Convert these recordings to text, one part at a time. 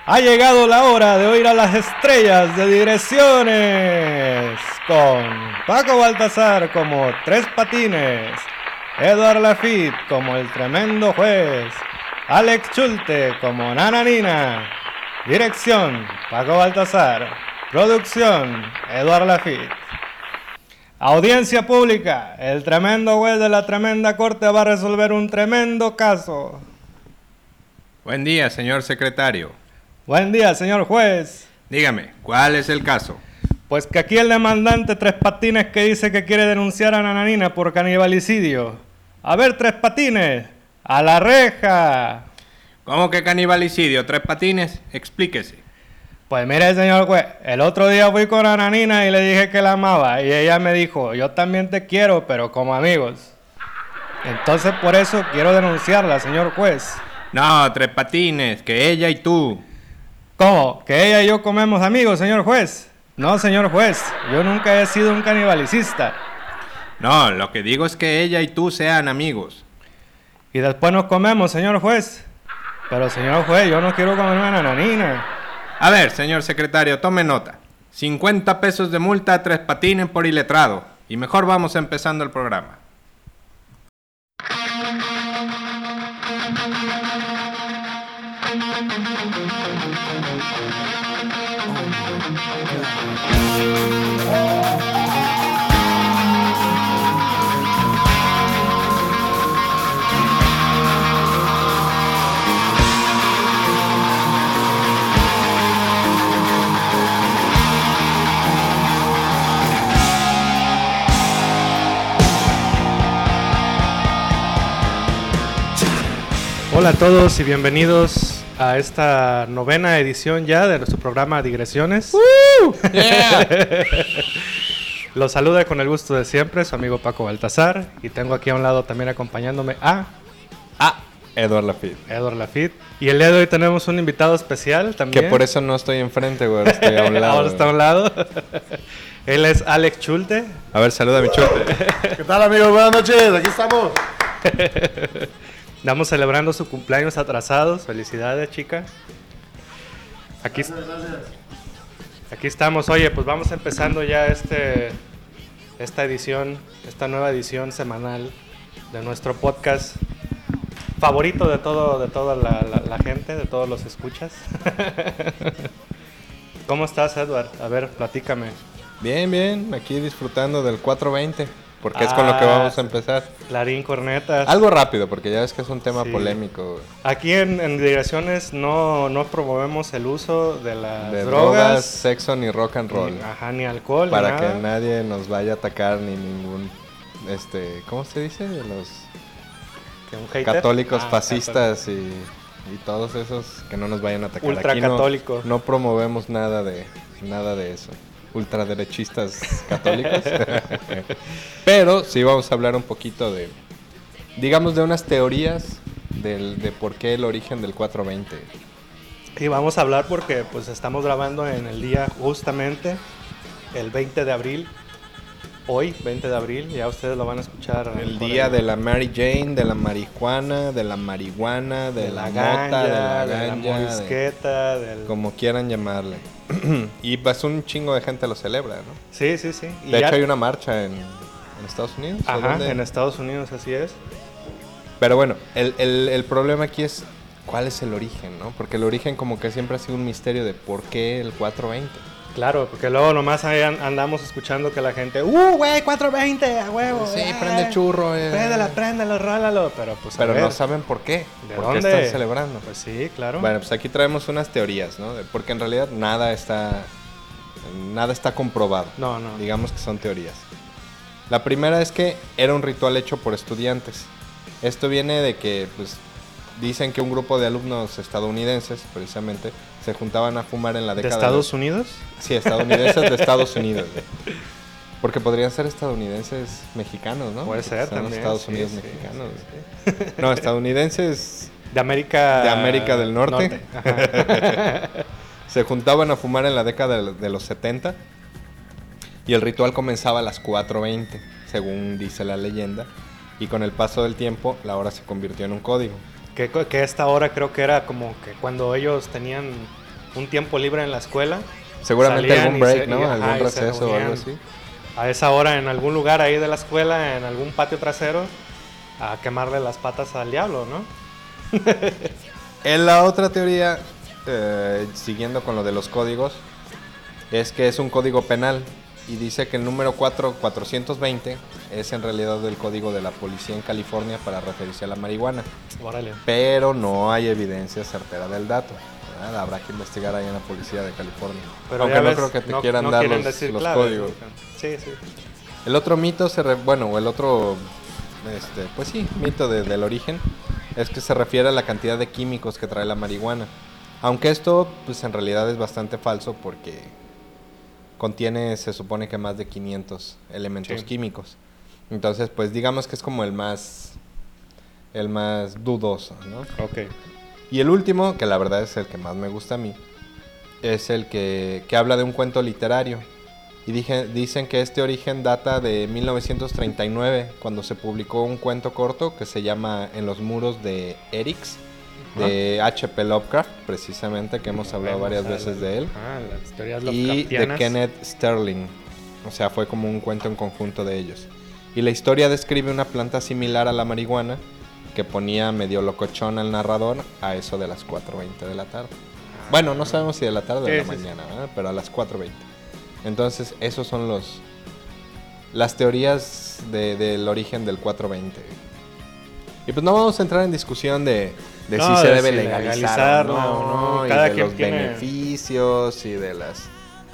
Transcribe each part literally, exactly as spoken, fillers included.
Ha llegado la hora de oír a las estrellas de Digresiones con Paco Baltasar como Tres Patines, Eduard Lafitte como el Tremendo Juez, Alex Chulte como Nana Nina. Dirección: Paco Baltasar. Producción: Eduard Lafitte. Audiencia pública: el tremendo juez de la tremenda corte va a resolver un tremendo caso. Buen día, señor secretario. Buen día, señor juez. Dígame, ¿cuál es el caso? Pues que aquí el demandante Tres Patines que dice que quiere denunciar a Nananina por canibalicidio. A ver, Tres Patines, a la reja. ¿Cómo que canibalicidio, Tres Patines? Explíquese. Pues mire, señor juez, el otro día fui con Nananina y le dije que la amaba y ella me dijo, yo también te quiero, pero como amigos. Entonces por eso quiero denunciarla, señor juez. No, Tres Patines, que ella y tú. ¿Cómo? ¿Que ella y yo comemos amigos, señor juez? No, señor juez, yo nunca he sido un canibalicista. No, lo que digo es que ella y tú sean amigos. Y después nos comemos, señor juez. Pero, señor juez, yo no quiero comerme a Nananina. A ver, señor secretario, tome nota. cincuenta pesos de multa a Tres Patines por iletrado. Y mejor vamos empezando el programa. Hola a todos y bienvenidos a esta novena edición ya de nuestro programa Digresiones. ¡Uh! Yeah. Los saluda con el gusto de siempre su amigo Paco Baltasar y tengo aquí a un lado también acompañándome a... Ah, Eduard Lafitte. Eduard Lafitte. Y el día de hoy tenemos un invitado especial también. Que por eso no estoy enfrente, güey, ahora estoy a un lado. Ahora está a un lado. Él es Alex Chulte. A ver, saluda a mi Chulte. ¿Qué tal, amigos? Buenas noches, aquí estamos. Estamos celebrando su cumpleaños atrasados. Felicidades, chica. Aquí, Gracias, gracias. aquí estamos. Oye, pues vamos empezando ya este, esta edición, esta nueva edición semanal de nuestro podcast favorito de todo, de toda la, la, la gente, de todos los escuchas. ¿Cómo estás, Edward? A ver, platícame. Bien, bien, aquí disfrutando del cuatro veinte, porque ah, es con lo que vamos a empezar. Clarín, cornetas. Algo rápido, porque ya ves que es un tema sí. polémico. Güey. Aquí en, en Digresiones no, no promovemos el uso de las de drogas, drogas, sexo ni rock and roll. Ni, ajá, ni alcohol, para ni que nada. nadie nos vaya a atacar ni ningún, este, ¿cómo se dice? De los católicos, ah, fascistas y, y todos esos que no nos vayan a atacar. Ultracatólico. Aquí no, no promovemos nada de nada de eso. Ultraderechistas católicos. Pero sí vamos a hablar un poquito de, digamos, de unas teorías del, de por qué el origen del cuatro veinte. Y vamos a hablar porque pues estamos grabando en el día justamente el veinte de abril. Hoy, veinte de abril, ya ustedes lo van a escuchar. El día el... de la Mary Jane, de la marihuana, de la marihuana, de, de la, la ganja, mota, de la ganja, de la morisqueta, de, del... como quieran llamarle. Y pues un chingo de gente lo celebra, ¿no? Sí, sí, sí. De y hecho ya... hay una marcha en, en Estados Unidos. Ajá, en Estados Unidos, así es. Pero bueno, el, el, el problema aquí es cuál es el origen, ¿no? Porque el origen como que siempre ha sido un misterio de por qué el cuatro veinte. Claro, porque luego nomás ahí andamos escuchando que la gente, ¡uh, güey, cuatro veinte, a huevo! Sí, eh, prende churro. Eh. Préndela, préndelo, rálalo. Pero pues Pero a ver, no saben por qué. ¿De ¿Por dónde? qué están celebrando? Pues sí, claro. Bueno, pues aquí traemos unas teorías, ¿no? Porque en realidad nada está, nada está comprobado. No, no. Digamos que son teorías. La primera es que era un ritual hecho por estudiantes. Esto viene de que, pues, dicen que un grupo de alumnos estadounidenses, precisamente, se juntaban a fumar en la década... ¿De Estados de... Unidos? Sí, estadounidenses de Estados Unidos. Porque podrían ser estadounidenses mexicanos, ¿no? Puede ser Son también. Estados Unidos sí, mexicanos. Sí, sí. No, estadounidenses... De América... De América del Norte. norte. Ajá. Se juntaban a fumar en la década de los setenta y el ritual comenzaba a las cuatro veinte, según dice la leyenda. Y con el paso del tiempo, la hora se convirtió en un código. Que, que esta hora creo que era como que cuando ellos tenían un tiempo libre en la escuela. Seguramente salían algún y break, se- ¿no? y, ajá, Algún y se receso o algo reunían así. A esa hora en algún lugar ahí de la escuela, en algún patio trasero, a quemarle las patas al diablo, ¿no? En la otra teoría, eh, siguiendo con lo de los códigos, es que es un código penal y dice que el número cuatro, cuatrocientos veinte es en realidad el código de la policía en California para referirse a la marihuana. Órale. Pero no hay evidencia certera del dato. ¿Verdad? Habrá que investigar ahí en la policía de California. Pero Aunque ya no ves, creo que te no- quieran no dar quieren los, decir los claves, códigos. ¿no? Sí, sí. El otro mito, se re- bueno, o el otro, este, pues sí, mito de- del origen, es que se refiere a la cantidad de químicos que trae la marihuana. Aunque esto, pues en realidad es bastante falso porque contiene, se supone que más de quinientos elementos Sí. químicos. Entonces, pues digamos que es como el más, el más dudoso, ¿no? Ok. Y el último, que la verdad es el que más me gusta a mí, es el que, que habla de un cuento literario. Y dije, dicen que este origen data de mil novecientos treinta y nueve, cuando se publicó un cuento corto que se llama En los muros de Eryx, de H P Lovecraft, precisamente, que hemos hablado varias veces de él. Ah, las teorías Y de Lovecraftianas. Kenneth Sterling. O sea, fue como un cuento en conjunto de ellos. Y la historia describe una planta similar a la marihuana que ponía medio locochón al narrador a eso de las cuatro veinte de la tarde. Bueno, no sabemos si de la tarde o de la Sí, sí, sí. mañana, ¿verdad? Pero a las cuatro veinte. Entonces, esos son los las teorías de- del origen del cuatro veinte. Y pues no vamos a entrar en discusión de, de No, si se de debe si legalizar legalizarla o no, o no. y Cada de quien los tiene- beneficios y de las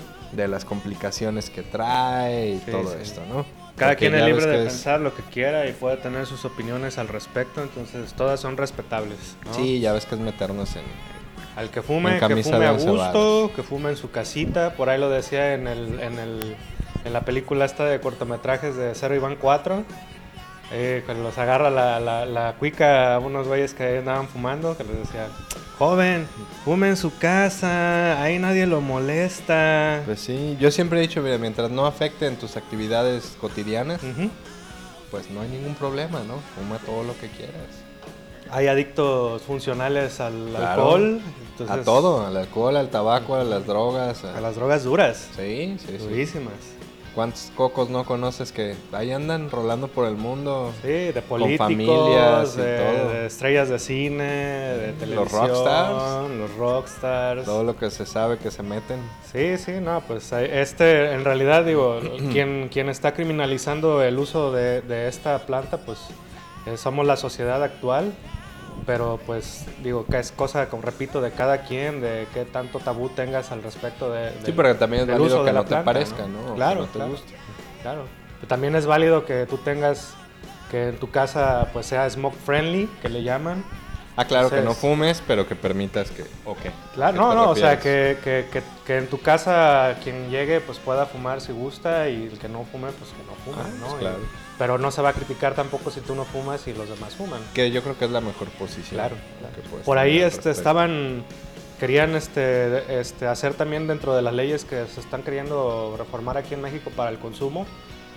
de las complicaciones que trae y Sí, todo sí. esto, ¿no? Cada Porque quien es ya libre ves de que es- pensar lo que quiera y puede tener sus opiniones al respecto, entonces todas son respetables, ¿no? Sí, ya ves que es meternos en... Al que fume, En que camisa fume de a once gusto, varos. que fume en su casita, por ahí lo decía en el, en el en la película esta de cortometrajes de Cero Iván cuatro, eh, cuando los agarra la, la, la cuica a unos güeyes que ahí andaban fumando, que les decía, joven, fume en su casa, ahí nadie lo molesta. Pues sí, yo siempre he dicho, mira, mientras no afecten tus actividades cotidianas, Ujú. pues no hay ningún problema, ¿no? Fuma todo lo que quieras. Hay adictos funcionales al Claro. alcohol, entonces, A todo, al alcohol, al tabaco, a las drogas. A... a las drogas duras, Sí, sí, sí. durísimas. ¿Cuántos cocos no conoces que ahí andan rolando por el mundo? Sí, de políticos, familias y de, todo. de estrellas de cine, de Los televisión, rockstars. los rockstars. Todo lo que se sabe que se meten. Sí, sí, no, pues eh, este, en realidad digo, quien, quien está criminalizando el uso de, de esta planta, pues eh, somos la sociedad actual, pero pues digo que es cosa, como repito, de cada quien, de qué tanto tabú tengas al respecto de, de Sí, pero también es del válido uso que de la no te planta, parezca, ¿no? O que Claro, no te claro, guste. claro. Pero también es válido que tú tengas, que en tu casa pues sea smoke friendly, que le llaman. Ah, claro, que no Entonces- fumes, pero que permitas que... Ok. Claro, que no, te no, o sea, refieres. que, que, que, que en tu casa quien llegue pues pueda fumar si gusta y el que no fume pues que no fume, Ah, ¿no? pues Y- claro. pero no se va a criticar tampoco si tú no fumas y los demás fuman. Que yo creo que es la mejor posición. Claro, que claro. puedes Por ahí tener al este, respecto. estaban, querían este, este, hacer también dentro de las leyes que se están queriendo reformar aquí en México para el consumo,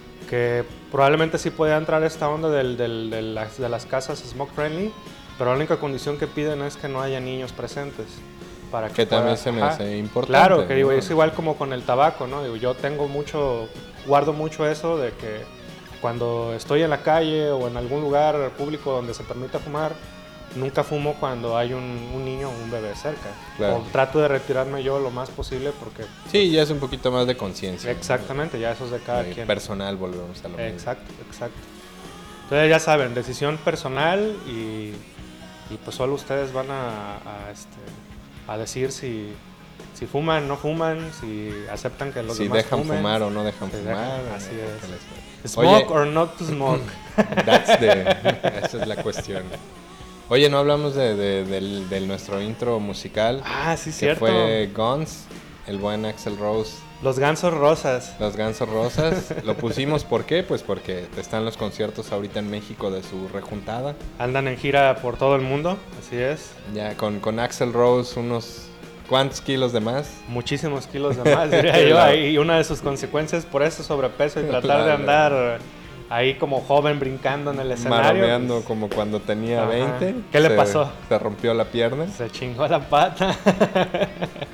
que probablemente sí pueda entrar esta onda del, del- de, las, de las casas smoke friendly, pero la única condición que piden es que no haya niños presentes. Para que, Que también pueda- se me ajá. hace importante. Claro, que digo, ¿no? es igual como con el tabaco, ¿no? Digo, yo tengo mucho, guardo mucho eso de que cuando estoy en la calle o en algún lugar público donde se permita fumar, nunca fumo cuando hay un, un niño o un bebé cerca. Claro. O trato de retirarme yo lo más posible porque... Sí, ya es un poquito más de conciencia. ¿no? Exactamente, ya eso es de cada Eh, quien. Personal, volvemos a lo mismo. Exacto, exacto. Entonces ya saben, decisión personal y, y pues solo ustedes van a, a, este, a decir si, si fuman, no fuman, si aceptan que los Si demás dejan fumen. fumar o no dejan Si fumar. dejan, o así no, es. que les- Smoke Oye. or not to smoke. That's the- esa es la cuestión. Oye, no hablamos de, de- del, del nuestro intro musical. Ah, sí, que cierto. fue Guns, el buen Axl Rose, Los gansos rosas. los Gansos Rosas. Lo pusimos, ¿por qué? Pues porque están los conciertos ahorita en México de su rejuntada. Andan en gira por todo el mundo, así es. Ya con, con Axl Rose unos cuantos kilos de más. Muchísimos kilos de más, diría yo. Claro. Y una de sus consecuencias por ese sobrepeso y tratar de Claro. andar ahí como joven brincando en el escenario. Maromeando pues, como cuando tenía Ajá. veinte. ¿Qué le Se- pasó? Se rompió la pierna. se chingó la pata.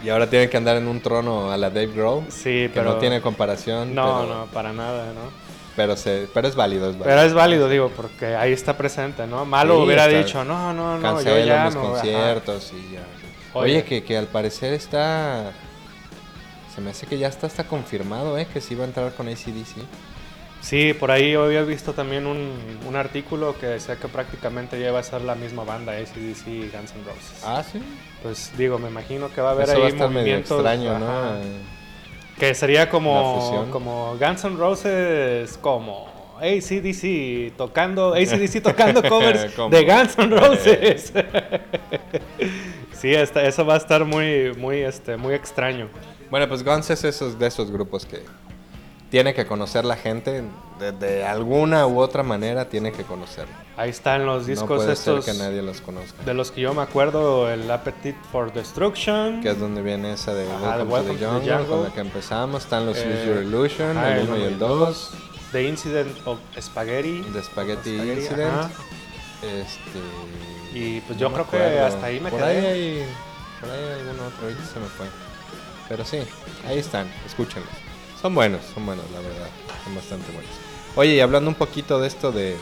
Y ahora tienen que andar en un trono a la Dave Grohl. Sí, que pero... no tiene comparación. No, pero, no, para nada, ¿no? Pero, se, pero es válido, es válido. Pero es válido, digo, porque ahí está presente, ¿no? Malo Sí, hubiera hasta dicho, no, no, no, cancelo yo ya mis no... conciertos y ya. Oye. Oye, que, que al parecer está... Se me hace que ya está, está confirmado, ¿eh? Que sí va a entrar con A C D C. Sí, por ahí yo había visto también un, un artículo que decía que prácticamente ya iba a ser la misma banda, A C D C y Guns N' Roses. Ah, sí. Pues digo, me imagino que va a haber Eso ahí va a estar medio movimientos... extraño, ¿no? ajá, Eh, que sería La como, fusión. como Guns N' Roses, como A C D C tocando, A C D C tocando covers ¿Cómo? de Guns N' Roses. Sí, esta- eso va a estar muy, muy, este, muy extraño. Bueno, pues Guns es esos, de esos grupos que tiene que conocer la gente. De, de alguna u otra manera tiene que conocerlo. Ahí están los No discos puede estos ser que nadie los conozca. de los que yo me acuerdo, el Appetite for Destruction. Que es donde viene esa de Ajá, de Welcome, Welcome to the to the Jungle, Jungle. con la que empezamos. Están los Eh, Use Your Illusion, ajá, el uno y el dos. The Incident of Spaghetti. The Spaghetti Spaghetti, Incident. ajá. Este... Y pues no yo me creo que acuerdo. hasta ahí me por quedé. Ahí hay, por ahí hay algún otro, ahorita se me fue. Pero sí, ahí están, escúchenlos. Son buenos, son buenos, la verdad. Son bastante buenos. Oye, y hablando un poquito de esto de,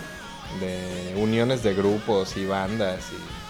de uniones de grupos y bandas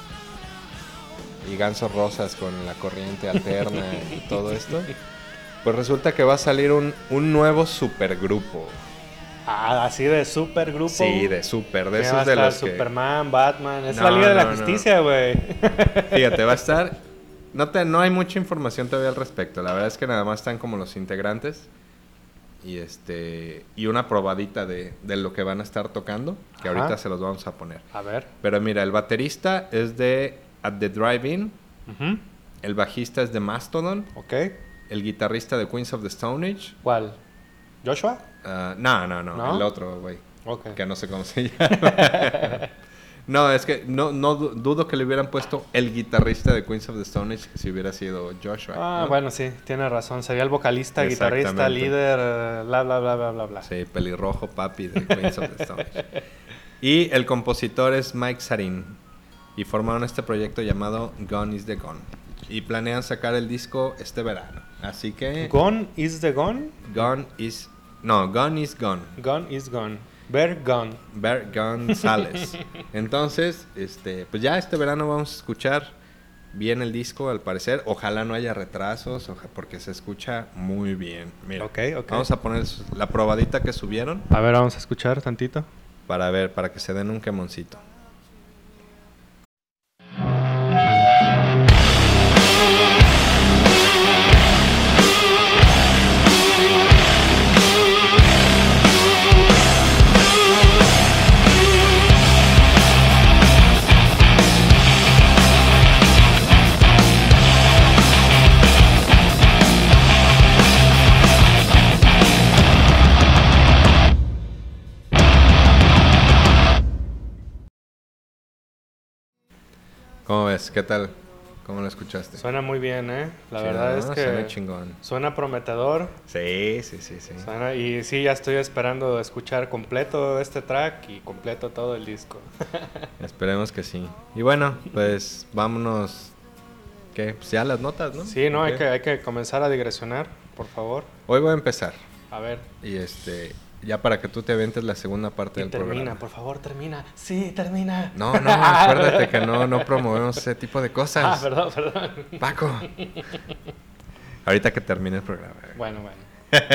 y, y gansos rosas con la corriente alterna y todo esto, pues resulta que va a salir un, un nuevo supergrupo. Ah, así de super grupo. Sí, de super, de Que va esos a de estar los que... Superman, Batman, es No, la Liga de la no, no. Justicia, güey. Fíjate, va a estar... No, te, no hay mucha información todavía al respecto. La verdad es que nada más están como los integrantes. Y este y una probadita de, de lo que van a estar tocando. Que Ajá. ahorita se los vamos a poner. A ver. Pero mira, el baterista es de At the Drive-In. Ujú. El bajista es de Mastodon. Ok. El guitarrista de Queens of the Stone Age. ¿Cuál? ¿Joshua? Ah, no, no, no, ¿No? El otro, güey. Ok. Que no sé cómo se llama. No, es que no, no du- dudo que le hubieran puesto el guitarrista de Queens of the Stone Age si hubiera sido Joshua. Ah, ¿no? bueno, sí, tiene razón. Sería el vocalista, guitarrista, Exactamente. líder, eh, bla, bla, bla, bla, bla, bla. Sí, pelirrojo papi de Queens of the Stone Age. Y el compositor es Mike Sarin. Y formaron este proyecto llamado Gone is the Gone. Y planean sacar el disco este verano. Así que... Gone is the gone. Gone is... No, Gone is Gone. Gone is gone. Bear gone. Bear González. Entonces, este, pues ya este verano vamos a escuchar bien el disco, al parecer. Ojalá no haya retrasos, oja- porque se escucha muy bien. Mira, Ok, ok. vamos a poner su- la probadita que subieron A ver, vamos a escuchar tantito. para ver, para que se den un quemoncito. ¿Cómo ves? ¿Qué tal? ¿Cómo lo escuchaste? Suena muy bien, ¿eh? La Chido, verdad ¿no? es que Suena chingón. suena prometedor. Sí, sí, sí, sí. Suena- y sí, ya estoy esperando escuchar completo este track y completo todo el disco. Esperemos que sí. Y bueno, pues vámonos. ¿Qué? Pues ya las notas, ¿no? Sí, no, hay Ok. que, hay que comenzar a digresionar, por favor. Hoy voy a empezar. A ver. Y este, ya para que tú te aventes la segunda parte Y del termina, programa. por favor, termina. Sí, termina. No, no, acuérdate que no, no promovemos ese tipo de Ah, cosas. perdón, perdón. Paco. Ahorita que termine el programa. Bueno, bueno.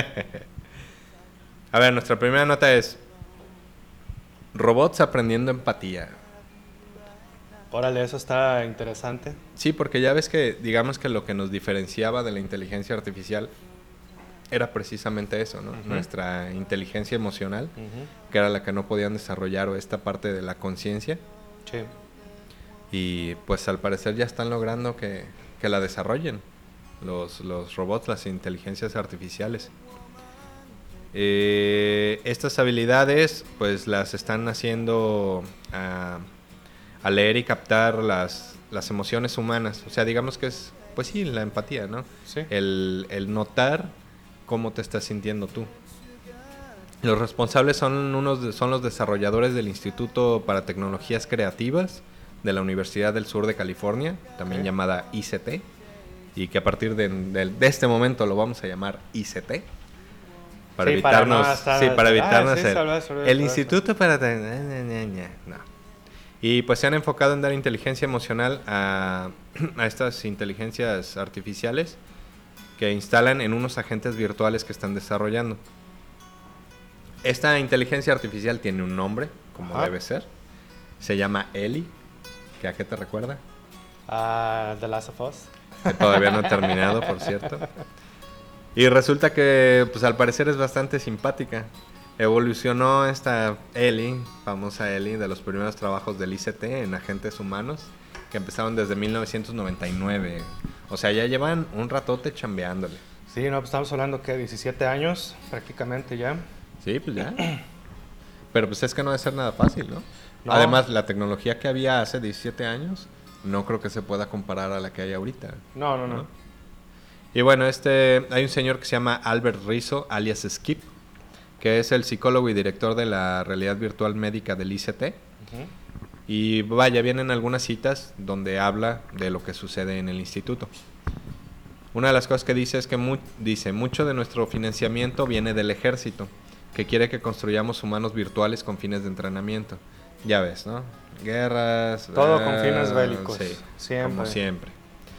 A ver, nuestra primera nota es robots aprendiendo empatía. Órale, eso está interesante. Sí, porque ya ves que, digamos que lo que nos diferenciaba de la inteligencia artificial era precisamente eso, ¿no? Ujú. Nuestra inteligencia emocional, Ujú. que era la que no podían desarrollar, o esta parte de la conciencia. Sí. Y pues al parecer ya están logrando que, que la desarrollen los, los robots, las inteligencias artificiales. Eh, estas habilidades pues las están haciendo a, a leer y captar las, las emociones humanas. O sea, digamos que es, pues sí, la empatía, ¿no? Sí. El, el notar cómo te estás sintiendo tú. Los responsables son, unos de- son los desarrolladores del Instituto para Tecnologías Creativas de la Universidad del Sur de California, también Ok. llamada I C T. y que a partir de, de, de este momento lo vamos a llamar I C T. Para sí, evitarnos, para no estar, sí, para evitarnos ah, sí, el, salve, salve, el salve, Instituto para... No. Y pues se han enfocado en dar inteligencia emocional a, a estas inteligencias artificiales que instalan en unos agentes virtuales que están desarrollando. Esta inteligencia artificial tiene un nombre, como Ajá. debe ser. Se llama Ellie, que ¿a qué te recuerda? Ah, The Last of Us. Que todavía no he terminado, por cierto. Y resulta que, pues al parecer es bastante simpática. Evolucionó esta Ellie, famosa Ellie, de los primeros trabajos del I C T en agentes humanos, que empezaron desde mil novecientos noventa y nueve. O sea, ya llevan un ratote chambeándole. Sí, no, pues estamos hablando que diecisiete años prácticamente ya. Sí, pues ya. Pero pues es que no debe ser nada fácil, ¿no? No. Además, la tecnología que había hace diecisiete años no creo que se pueda comparar a la que hay ahorita. No, no, no. ¿no? Y bueno, este hay un señor que se llama Albert Rizzo, alias Skip, que es el psicólogo y director de la realidad virtual médica del I C T. Uh-huh. Y vaya, vienen algunas citas donde habla de lo que sucede en el instituto. Una de las cosas que dice es que mu- dice, mucho de nuestro financiamiento viene del ejército, que quiere que construyamos humanos virtuales con fines de entrenamiento. Ya ves, ¿no? Guerras... Todo ah, con fines bélicos. Sí, Siempre. como siempre.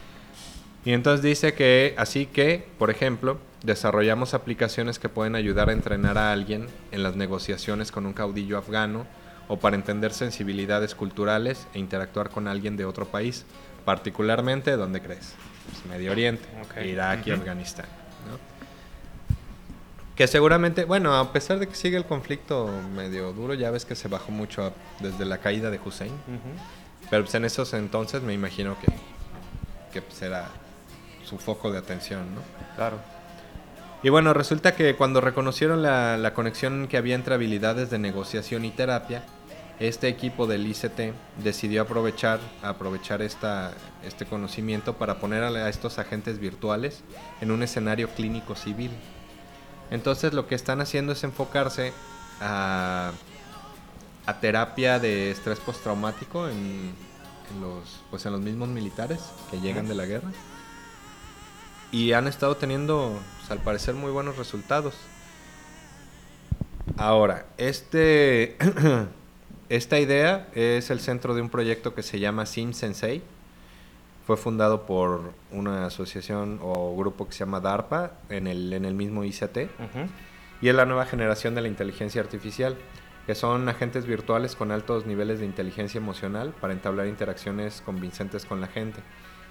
Y entonces dice que, así que, por ejemplo, desarrollamos aplicaciones que pueden ayudar a entrenar a alguien en las negociaciones con un caudillo afgano o para entender sensibilidades culturales e interactuar con alguien de otro país, particularmente, ¿dónde crees? Pues Medio Oriente, Okay. Irak y Uh-huh. Afganistán, ¿no? Que seguramente, bueno, a pesar de que sigue el conflicto medio duro, ya ves que se bajó mucho a- desde la caída de Hussein, Uh-huh. pero pues en esos entonces me imagino que, que pues era su foco de atención, ¿no? Claro. Y bueno, resulta que cuando reconocieron la, la conexión que había entre habilidades de negociación y terapia, este equipo del I C T decidió aprovechar, aprovechar esta, este conocimiento para poner a, a estos agentes virtuales en un escenario clínico civil. Entonces lo que están haciendo es enfocarse a, a terapia de estrés postraumático en, en, los, pues en los mismos militares que llegan de la guerra. Y han estado teniendo, pues, al parecer, muy buenos resultados. Ahora, este, esta idea es el centro de un proyecto que se llama Sim Sensei. Fue fundado por una asociación o grupo que se llama DARPA en el, en el mismo I C T. Uh-huh. Y es la nueva generación de la inteligencia artificial, que son agentes virtuales con altos niveles de inteligencia emocional para entablar interacciones convincentes con la gente.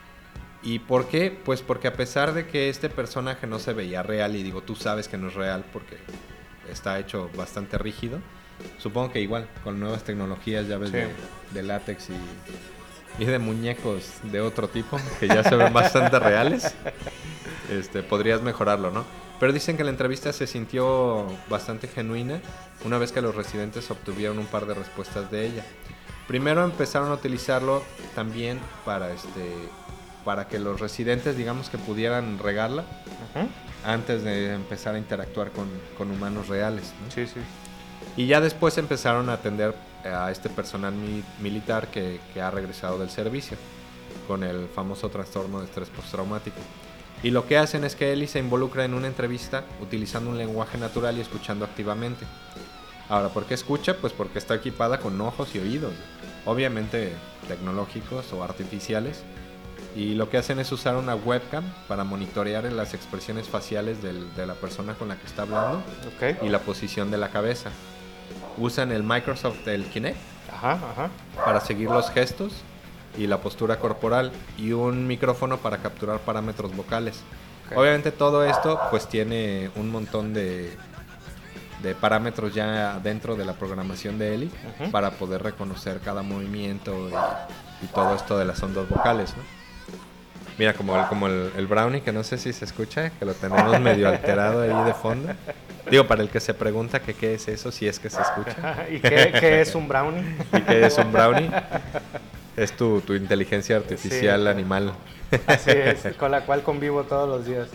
¿Y por qué? Pues porque a pesar de que este personaje no se veía real, y digo, tú sabes que no es real porque está hecho bastante rígido, supongo que igual, con nuevas tecnologías, ya ves, Sí. de, de látex y, y de muñecos de otro tipo, que ya se ven bastante reales, este, podrías mejorarlo, ¿no? Pero dicen que la entrevista se sintió bastante genuina una vez que los residentes obtuvieron un par de respuestas de ella. Primero empezaron a utilizarlo también para este... para que los residentes, digamos, que pudieran regarla Uh-huh. antes de empezar a interactuar con, con humanos reales, ¿no? Sí, sí. Y ya después empezaron a atender a este personal mi- militar que, que ha regresado del servicio con el famoso trastorno de estrés postraumático. Y lo que hacen es que Ellie se involucra en una entrevista utilizando un lenguaje natural y escuchando activamente. Ahora, ¿por qué escucha? Pues porque está equipada con ojos y oídos, obviamente tecnológicos o artificiales. Y lo que hacen es usar una webcam para monitorear las expresiones faciales del, de la persona con la que está hablando Okay. y la posición de la cabeza. Usan el Microsoft el Kinect Ajá, ajá. para seguir los gestos y la postura corporal y un micrófono para capturar parámetros vocales. Okay. Obviamente todo esto pues tiene un montón de, de parámetros ya dentro de la programación de Ellie Ujú. para poder reconocer cada movimiento y, y todo esto de las ondas vocales, ¿no? Mira, como el, como el, el brownie, que no sé si se escucha, que lo tenemos medio alterado ahí de fondo. Digo, para el que se pregunta que qué es eso, si es que se escucha. ¿Y qué, qué es un brownie? ¿Y qué es un brownie? Es tu, tu inteligencia artificial Sí. animal. Así es, con la cual convivo todos los días.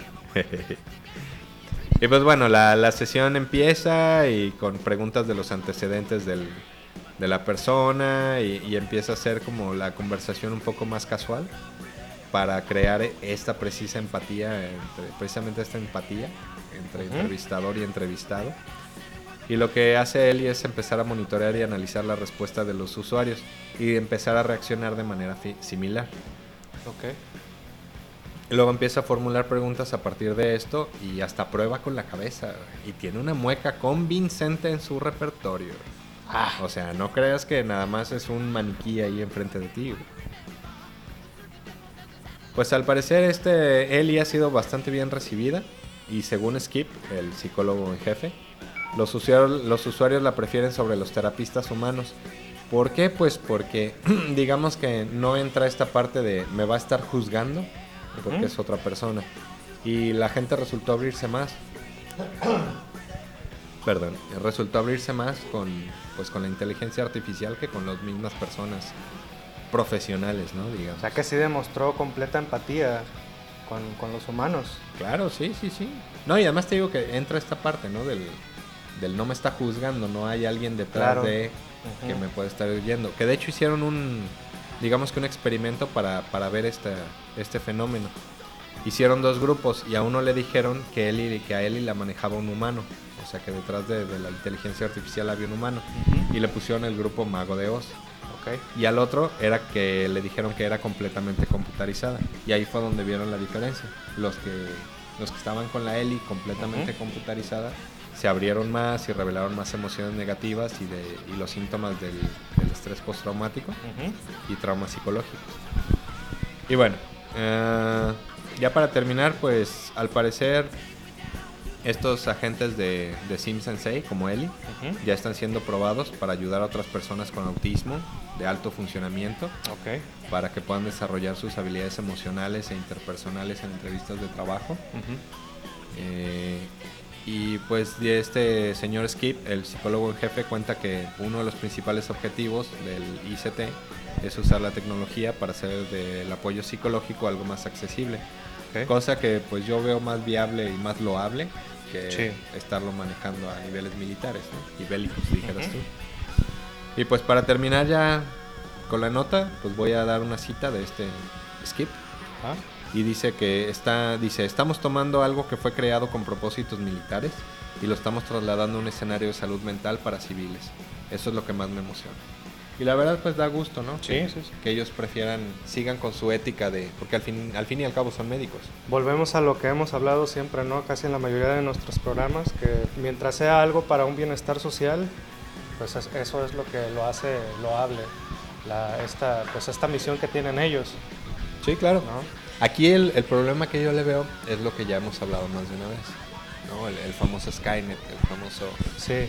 Y pues bueno, la, la sesión empieza y con preguntas de los antecedentes del, de la persona y, y empieza a ser como la conversación un poco más casual. para crear esta precisa empatía, entre, precisamente esta empatía entre uh-huh. entrevistador y entrevistado. Y lo que hace Eli es empezar a monitorear y analizar la respuesta de los usuarios y empezar a reaccionar de manera fi- similar. Ok. Luego empieza a formular preguntas a partir de esto y hasta prueba con la cabeza. Y tiene una mueca convincente en su repertorio. Ah. O sea, no creas que nada más es un maniquí ahí enfrente de ti. Pues al parecer este Eli ha sido bastante bien recibida. Y según Skip, el psicólogo en jefe, los usuarios, los usuarios la prefieren sobre los terapistas humanos. ¿Por qué? Pues porque digamos que no entra esta parte de me va a estar juzgando, porque uh-huh. es otra persona. Y la gente resultó abrirse más. Perdón, resultó abrirse más con, pues, con la inteligencia artificial que con las mismas personas profesionales, ¿no? Digamos. O sea que sí demostró completa empatía con, con los humanos. Claro, sí, sí, sí. No, y además te digo que entra esta parte, ¿no? Del, del no me está juzgando, no hay alguien detrás claro. de uh-huh. que me puede estar oyendo. Que de hecho hicieron un, digamos que un experimento para, para ver esta, este fenómeno. Hicieron dos grupos y a uno le dijeron que, Eli, que a Eli la manejaba un humano. O sea que detrás de, de la inteligencia artificial había un humano. Uh-huh. Y le pusieron el grupo Mago de Oz. Okay. Y al otro era que le dijeron que era completamente computarizada. Y ahí fue donde vieron la diferencia. Los que, los que estaban con la Eli completamente uh-huh. computarizada se abrieron más y revelaron más emociones negativas y, de, y los síntomas del, del estrés postraumático uh-huh. y traumas psicológicos. Y bueno, uh, ya para terminar, pues al parecer estos agentes de, de Sim Sensei, como Eli, uh-huh. ya están siendo probados para ayudar a otras personas con autismo de alto funcionamiento, okay. para que puedan desarrollar sus habilidades emocionales e interpersonales en entrevistas de trabajo. Uh-huh. Eh, y pues este señor Skip, el psicólogo en jefe, cuenta que uno de los principales objetivos del I C T es usar la tecnología para hacer del apoyo psicológico algo más accesible. Okay. Cosa que pues yo veo más viable y más loable que sí. estarlo manejando a niveles militares, ¿no? Y bélicos, dijeras uh-huh. tú. Y pues para terminar ya con la nota, pues voy a dar una cita de este Skip. ¿Ah? Y dice que está, dice, estamos tomando algo que fue creado con propósitos militares y lo estamos trasladando a un escenario de salud mental para civiles. Eso es lo que más me emociona. Y la verdad pues da gusto, ¿no? Sí, que, sí, sí. que ellos prefieran, sigan con su ética de, porque al fin, al fin y al cabo son médicos. Volvemos a lo que hemos hablado siempre, ¿no? Casi en la mayoría de nuestros programas, que mientras sea algo para un bienestar social, pues es, eso es lo que lo hace loable, la, esta, pues esta misión que tienen ellos. Sí, claro. ¿No? Aquí el, el problema que yo le veo es lo que ya hemos hablado más de una vez, ¿no? El, el famoso Skynet, el famoso... Sí.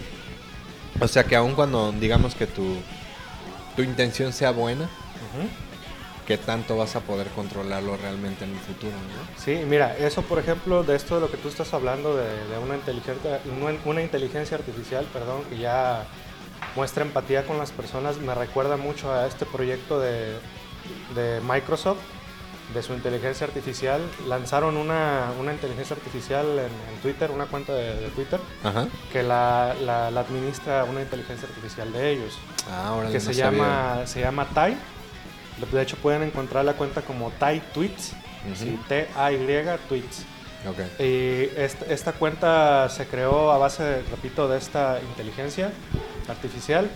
O sea que aun cuando digamos que tu... tu intención sea buena, uh-huh. ¿qué tanto vas a poder controlarlo realmente en el futuro, ¿no? Sí, mira, eso por ejemplo, de esto de lo que tú estás hablando, de, de una, inteligencia, una inteligencia artificial, perdón, que ya muestra empatía con las personas, me recuerda mucho a este proyecto de, de Microsoft, de su inteligencia artificial. Lanzaron una, una inteligencia artificial en, en Twitter, una cuenta de, de Twitter, uh-huh. que la, la, la administra una inteligencia artificial de ellos. Ah, ahora que no se sabía. llama se llama Tai. De hecho pueden encontrar la cuenta como Tai Tweets, uh-huh. sí, T A Y Tweets. Okay. Y esta, esta cuenta se creó a base, de, repito, de esta inteligencia artificial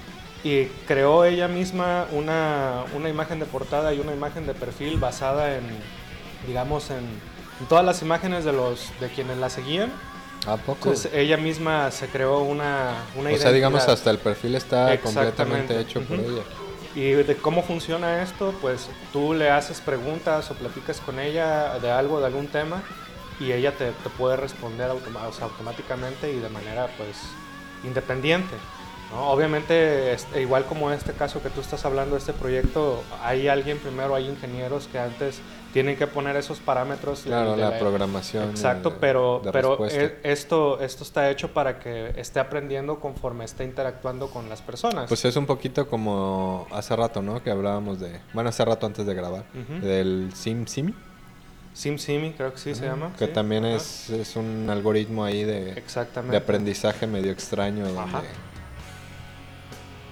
y creó ella misma una, una imagen de portada y una imagen de perfil basada en, digamos, en, en todas las imágenes de los de quienes la seguían. ¿A poco? Entonces ella misma se creó una, una o identidad. sea, digamos, hasta el perfil está completamente hecho uh-huh. por ella. Y de cómo funciona esto, pues tú le haces preguntas o platicas con ella de algo, de algún tema, y ella te, te puede responder automa- o sea, automáticamente y de manera pues independiente, ¿no? Obviamente, este, igual como este caso que tú estás hablando de este proyecto, hay alguien primero, hay ingenieros que antes tienen que poner esos parámetros. Claro, de la, la programación. Exacto, de, pero, de pero e, esto, esto está hecho para que esté aprendiendo conforme esté interactuando con las personas. Pues es un poquito como hace rato, ¿no? Que hablábamos de, bueno, hace rato antes de grabar, uh-huh. del SimSimi. SimSimi, creo que sí uh-huh. se llama. Que sí, también es, es un algoritmo ahí de, de aprendizaje medio extraño. Donde,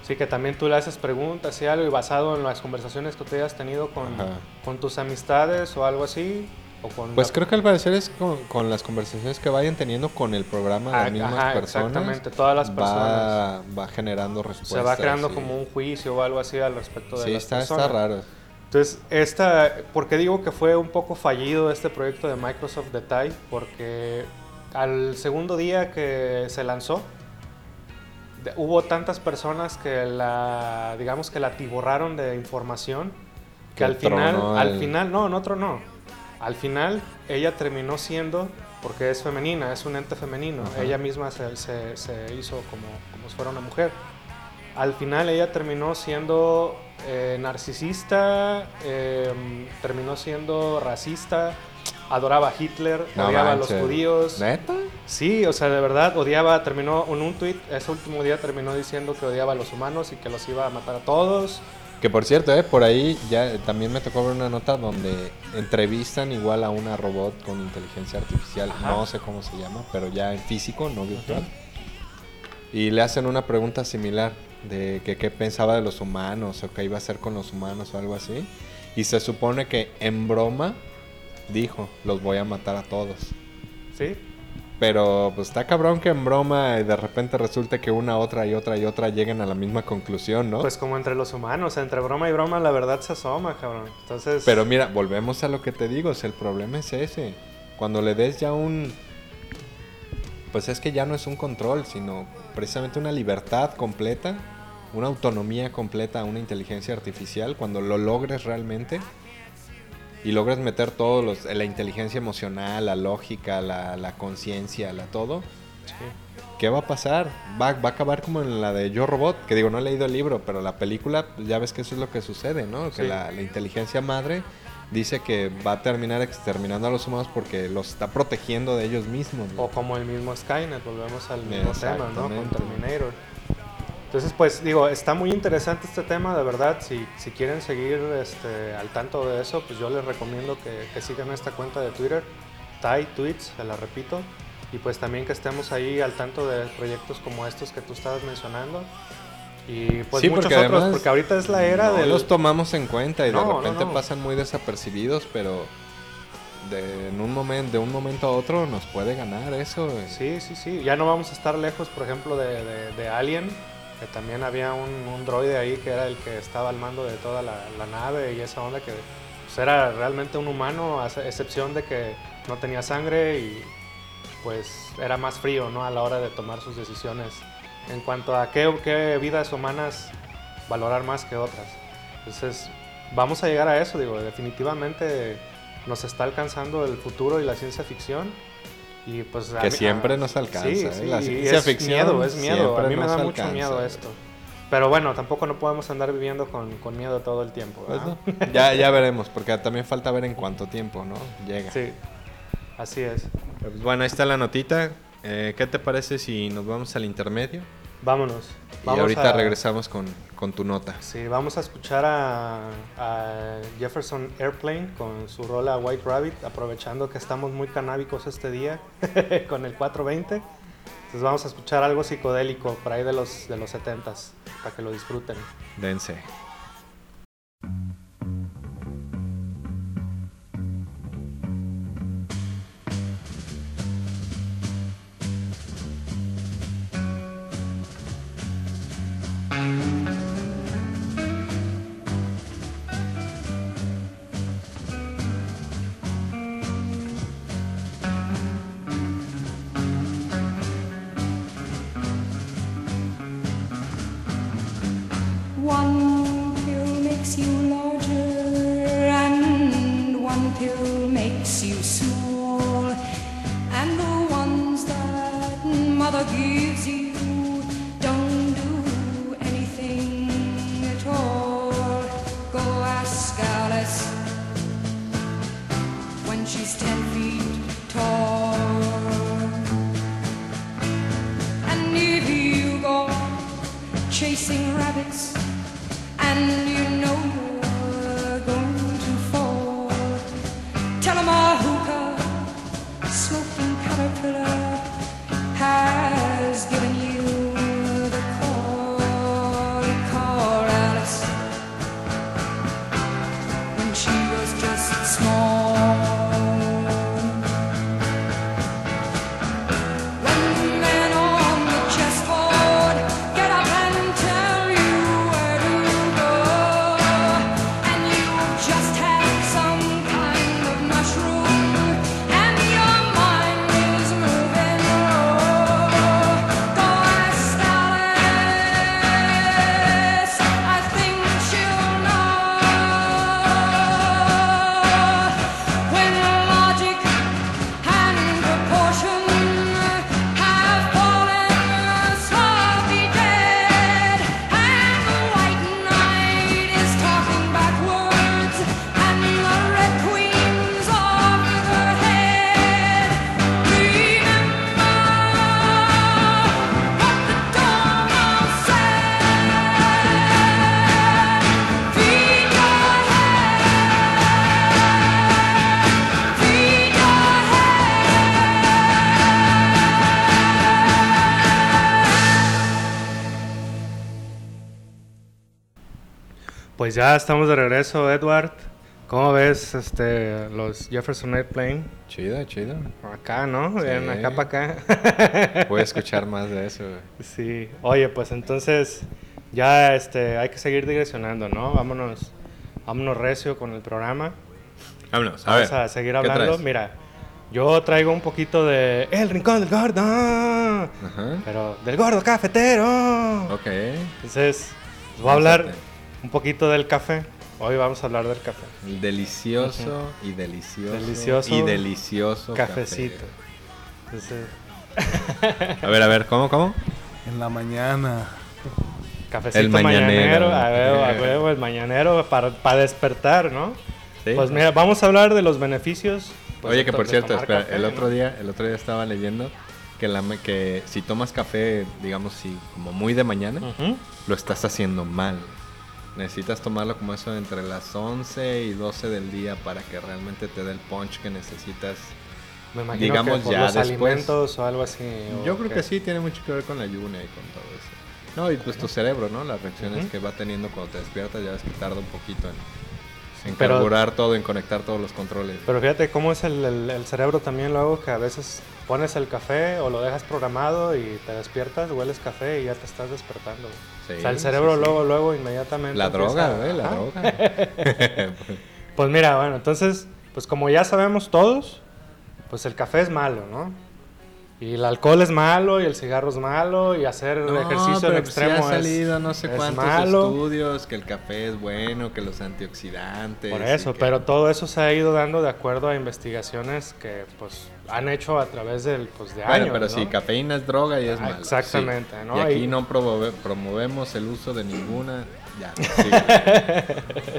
Sí, que también tú le haces preguntas y algo y basado en las conversaciones que tú hayas tenido con, con tus amistades o algo así. O con pues la... creo que al parecer es con, con las conversaciones que vayan teniendo con el programa de las Ah, mismas ajá, personas. exactamente, todas las personas. Va, va generando respuestas. Se va creando y... como un juicio o algo así al respecto de sí, las está, personas. está raro. Entonces, esta, ¿por qué digo que fue un poco fallido este proyecto de Microsoft de Tai? Porque al segundo día que se lanzó, de, hubo tantas personas que la, digamos que la atiborraron de información, que, que al final, el... al final, no, en otro no. Al final, ella terminó siendo, porque es femenina, es un ente femenino, ajá, ella misma se, se, se hizo como, como si fuera una mujer. Al final ella terminó siendo eh, narcisista, eh, terminó siendo racista, adoraba a Hitler, no odiaba manches. a los judíos. ¿Neta? Sí, o sea, de verdad, odiaba, terminó en un tweet, ese último día terminó diciendo que odiaba a los humanos y que los iba a matar a todos. Que por cierto, eh, por ahí ya también me tocó ver una nota donde entrevistan igual a una robot con inteligencia artificial, ajá, no sé cómo se llama, pero ya en físico, no virtual. Uh-huh. Y le hacen una pregunta similar de que qué pensaba de los humanos o qué iba a hacer con los humanos o algo así. Y se supone que en broma dijo, los voy a matar a todos. ¿Sí? Pero pues está cabrón que en broma de repente resulte que una, otra y otra y otra lleguen a la misma conclusión, ¿no? Pues como entre los humanos, entre broma y broma la verdad se asoma, cabrón. Entonces... Pero mira, volvemos a lo que te digo, o sea, el problema es ese. Cuando le des ya un... Pues es que ya no es un control, sino precisamente una libertad completa, una autonomía completa a una inteligencia artificial, cuando lo logres realmente... Y logras meter todos los, la inteligencia emocional, la lógica, la, la conciencia, la todo. Sí. ¿Qué va a pasar? Va, va a acabar como en la de Yo Robot, que digo, no he leído el libro, pero la película, ya ves que eso es lo que sucede, ¿no? Que sí. la, la inteligencia madre dice que va a terminar exterminando a los humanos porque los está protegiendo de ellos mismos, ¿no? O como el mismo Skynet, volvemos al mismo tema, ¿no? Con Terminator. Entonces, pues, digo, está muy interesante este tema, de verdad. Si, si quieren seguir este, al tanto de eso, pues yo les recomiendo que, que sigan esta cuenta de Twitter, Tai Tweets, se la repito. Y pues también que estemos ahí al tanto de proyectos como estos que tú estabas mencionando. Y pues sí, muchos porque otros, porque ahorita es la era no de... los tomamos en cuenta y no, de repente no, no. pasan muy desapercibidos, pero... De, en un momento, de un momento a otro nos puede ganar eso. Sí, sí, sí. Ya no vamos a estar lejos, por ejemplo, de, de, de Alien, que también había un, un droide ahí que era el que estaba al mando de toda la, la nave y esa onda que pues, era realmente un humano, a excepción de que no tenía sangre y pues era más frío, ¿no? A la hora de tomar sus decisiones en cuanto a qué, qué vidas humanas valorar más que otras. Entonces vamos a llegar a eso, digo, definitivamente nos está alcanzando el futuro y la ciencia ficción. Y pues que mí, siempre a, nos alcanza, sí, ¿eh? sí, La ciencia es ficción miedo, es miedo. A mí me da mucho alcanza. miedo esto. Pero bueno, tampoco no podemos andar viviendo con, con miedo todo el tiempo. Pues no. ya, ya veremos, porque también falta ver en cuánto tiempo, ¿no? Llega. Sí, así es. Pues bueno, ahí está la notita. Eh, ¿Qué te parece si nos vamos al intermedio? Vámonos. Y vamos ahorita a, regresamos con, con tu nota. Sí, vamos a escuchar a, a Jefferson Airplane con su rola White Rabbit, aprovechando que estamos muy canábicos este día con el cuatro veinte. Entonces vamos a escuchar algo psicodélico por ahí de los, de los setentas, para que lo disfruten. Dense. One pill makes you larger and one pill makes you small, and the ones that mother gives you don't do anything at all. Go ask Alice when she's ten feet tall. And if you go chasing rabbits and you know you're going to fall, tell 'em a hookah smoking caterpillar has given you the call. Pues ya estamos de regreso, Edward. ¿Cómo ves este, los Jefferson Airplane? Chido, chido. Acá, ¿no? Sí. Bien, acá para acá. Voy a escuchar más de eso, güey. Sí. Oye, pues entonces ya este, hay que seguir digresionando, ¿no? Vámonos, vámonos recio con el programa. Vámonos, a Vamos ver. a seguir ¿qué hablando. traes? Mira, yo traigo un poquito de El Rincón del Gordo. Ajá. Pero del gordo cafetero. Ok. Entonces, les voy a hablar Lánzate. un poquito del café. Hoy vamos a hablar del café. El delicioso y delicioso. Delicioso Y delicioso Cafecito. café. Entonces, A ver, a ver, ¿cómo, cómo? En la mañana. cafecito El mañanero. mañanero. A huevo, a huevo, el mañanero para, para despertar, ¿no? Sí. Pues mira, vamos a hablar de los beneficios. pues, Oye, de que to- por de cierto, tomar espera, café, el ¿no? otro día, el otro día estaba leyendo que la que si tomas café, digamos, si como muy de mañana, Ujú. lo estás haciendo mal. Necesitas tomarlo como eso entre las once y doce del día para que realmente te dé el punch que necesitas. Me imagino digamos, que por ya los después. alimentos o algo así. o Yo creo qué. que sí, tiene mucho que ver con la ayuna y con todo eso. No, y pues tu cerebro, ¿no? Las reacciones Ujú. que va teniendo cuando te despiertas, ya ves que tarda un poquito en, en Pero- carburar todo, en conectar todos los controles. Pero fíjate cómo es el, el- el cerebro también luego, que a veces pones el café o lo dejas programado y te despiertas, hueles café y ya te estás despertando. Sí, o sea, el cerebro sí, sí. luego, luego, inmediatamente La empieza droga, a- güey, la Ajá. droga. Pues mira, bueno, entonces, pues como ya sabemos todos, pues el café es malo, ¿no? Y el alcohol es malo y el cigarro es malo y hacer ejercicio en pero extremo sí ha es, salido no sé es cuántos malo. estudios que el café es bueno, que los antioxidantes. Por y eso, que- pero todo eso se ha ido dando de acuerdo a investigaciones que pues han hecho a través del, pues, de Bueno, años, pero ¿no? si cafeína es droga y es Ah, malo. exactamente, sí. ¿no? Y aquí Y- no promove- promovemos el uso de ninguna. Ya, sí.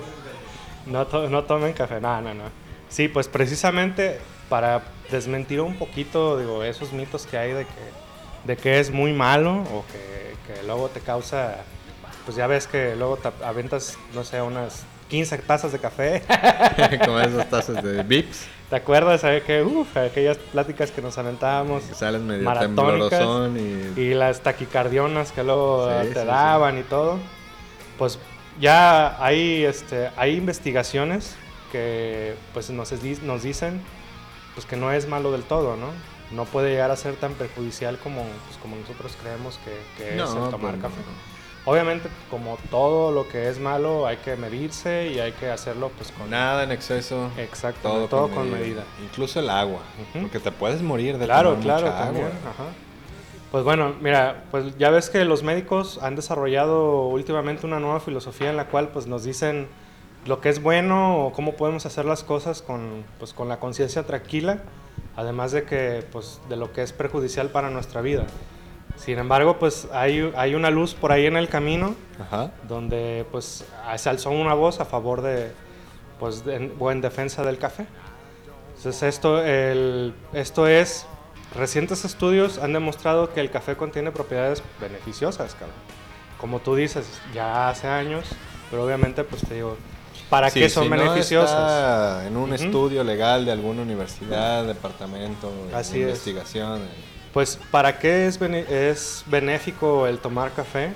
No, to- no tomen café, no, no, no. Sí, pues precisamente para desmentir un poquito, digo, esos mitos que hay de que, de que es muy malo o que, que luego te causa, pues ya ves que luego te aventas, no sé, unas quince tazas de café. Como esas tazas de Vips, ¿Te acuerdas? ¿Sabes que Uf, aquellas pláticas que nos aventábamos. que salen medio Maratónicas. temblorosón y... Y las taquicardionas que luego Sí, te sí, daban y todo. Pues ya hay, este, hay investigaciones que pues nos, es- di- nos dicen pues que no es malo del todo, ¿no? No puede llegar a ser tan perjudicial como, pues, como nosotros creemos que, que es el tomar pues, café. no. Obviamente, como todo lo que es malo, hay que medirse y hay que hacerlo pues con... Nada en exceso. Exacto, Todo, todo, con, con medida. medida. Incluso el agua. Ujú. Porque te puedes morir de Claro, tomar claro, mucha también. agua. Ajá. Pues bueno, mira, pues ya ves que los médicos han desarrollado últimamente una nueva filosofía en la cual pues nos dicen lo que es bueno o cómo podemos hacer las cosas con, pues, con la conciencia tranquila, además de que pues de lo que es perjudicial para nuestra vida. Sin embargo, pues hay, hay una luz por ahí en el camino Ajá. donde pues se alzó una voz a favor de, pues, de- o en defensa del café. Entonces esto, el, esto es, recientes estudios han demostrado que el café contiene propiedades beneficiosas, cabrón. Como tú dices, ya hace años, pero obviamente pues te digo, ¿para Sí, qué son si no beneficiosas? está en un Ujú. estudio legal de alguna universidad, departamento Así de es. investigación. Pues, ¿para qué es, bene- es benéfico el tomar café?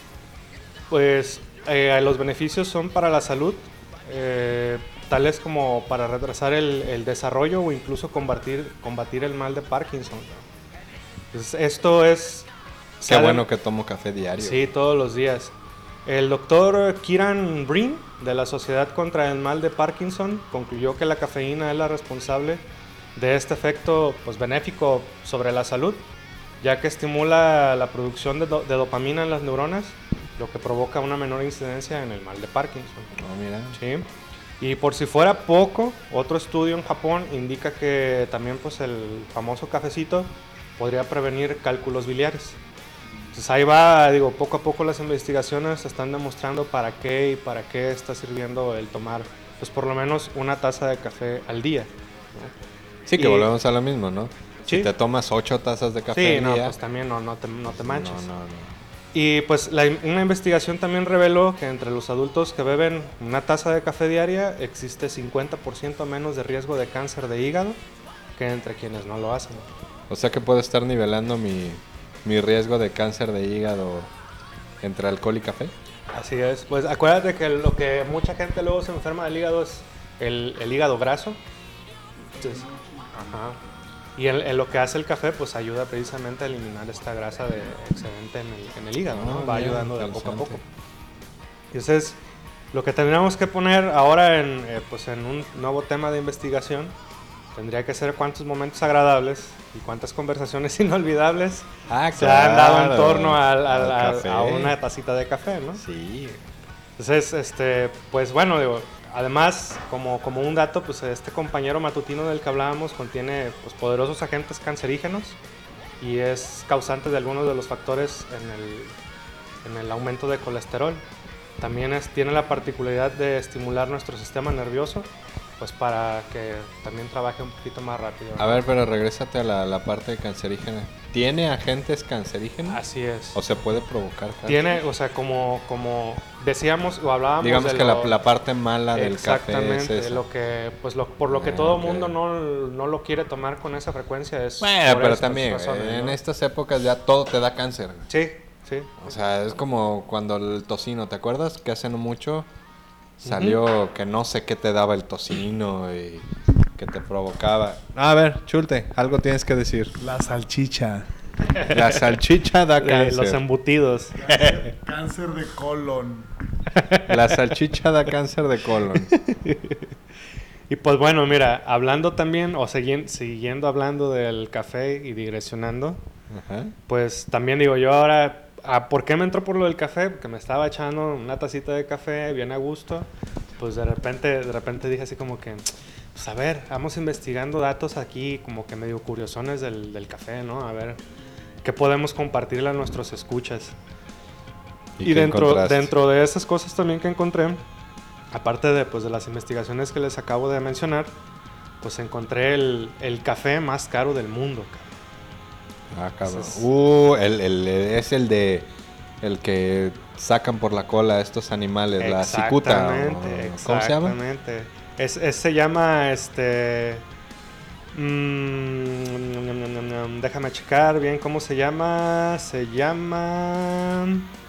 Pues, eh, los beneficios son para la salud, eh, tales como para retrasar el, el desarrollo o incluso combatir, combatir el mal de Parkinson. Entonces, esto es... Qué se ha de- bueno que tomo café diario. Sí, todos los días. El doctor Kieran Breen, de la Sociedad contra el Mal de Parkinson, concluyó que la cafeína es la responsable de este efecto pues, benéfico sobre la salud, ya que estimula la producción de, do- de dopamina en las neuronas, lo que provoca una menor incidencia en el mal de Parkinson. Oh, mira. ¿Sí? Y por si fuera poco, otro estudio en Japón indica que también pues, el famoso cafecito podría prevenir cálculos biliares. Entonces ahí va, digo, poco a poco las investigaciones están demostrando para qué y para qué está sirviendo el tomar, pues por lo menos una taza de café al día. Sí, que Y- volvemos a lo mismo, ¿no? Sí. Si te tomas ocho tazas de café Sí, al no, día, pues también no, no, te, no te manches. No, no, no. Y pues la- una investigación también reveló que entre los adultos que beben una taza de café diaria existe cincuenta por ciento menos de riesgo de cáncer de hígado que entre quienes no lo hacen. O sea que puedo estar nivelando mi, mi riesgo de cáncer de hígado entre alcohol y café. Así es. Pues acuérdate que lo que mucha gente luego se enferma del hígado es el, el hígado graso. Entonces, ajá. Y en, en lo que hace el café, pues ayuda precisamente a eliminar esta grasa de excedente en el, en el hígado, ¿no? Ah, Va bien, ayudando de poco a interesante. poco. Entonces, lo que tendríamos que poner ahora en, eh, pues en un nuevo tema de investigación tendría que ser cuántos momentos agradables y cuántas conversaciones inolvidables Ah, se han dado en claro, torno al- al- al al- café. a una tacita de café, ¿no? Sí. Entonces, este, pues bueno, digo, además, como, como un dato, pues este compañero matutino del que hablábamos contiene pues, poderosos agentes cancerígenos y es causante de algunos de los factores en el, en el aumento de colesterol. También es, tiene la particularidad de estimular nuestro sistema nervioso, pues para que también trabaje un poquito más rápido, ¿no? A ver, pero regrésate a la, la parte cancerígena. ¿Tiene agentes cancerígenos? Así es. ¿O se puede provocar cáncer? Tiene, o sea, como, como decíamos o hablábamos Digamos de que lo- la, la parte mala del café es exactamente, esa. lo que, pues lo, por lo que Ah, todo ok. mundo no, no lo quiere tomar con esa frecuencia es Bueno, por pero estas también razones, en ¿no? estas épocas ya todo te da cáncer. Sí, sí. O sea, es como cuando el tocino, ¿te acuerdas? Que hace no mucho salió que no sé qué te daba el tocino y que te provocaba. A ver, Chulte, algo tienes que decir. La salchicha. La salchicha da Eh, cáncer. los embutidos. Cáncer de colon. La salchicha da cáncer de colon. Y pues bueno, mira, hablando también, o segui- siguiendo hablando del café y digresionando, Ajá. pues también digo yo ahora, ah, ¿por qué me entró por lo del café? Porque me estaba echando una tacita de café bien a gusto, pues de repente, de repente dije así como que, pues a ver, vamos investigando datos aquí como que medio curiosones del, del café, ¿no? A ver, ¿qué podemos compartirle a nuestros escuchas? Y, qué dentro, encontraste? dentro de esas cosas también que encontré, aparte de, pues, de las investigaciones que les acabo de mencionar, pues encontré el, el café más caro del mundo, cabrón. Ah, cabrón. Entonces- Uh, el, el- es el de el que sacan por la cola estos animales, la cicuta. Exactamente, o- ¿Cómo se llama? exactamente. Es, es- se llama, este... mm, nom, nom, nom, nom, nom, déjame checar bien cómo se llama. Se llama...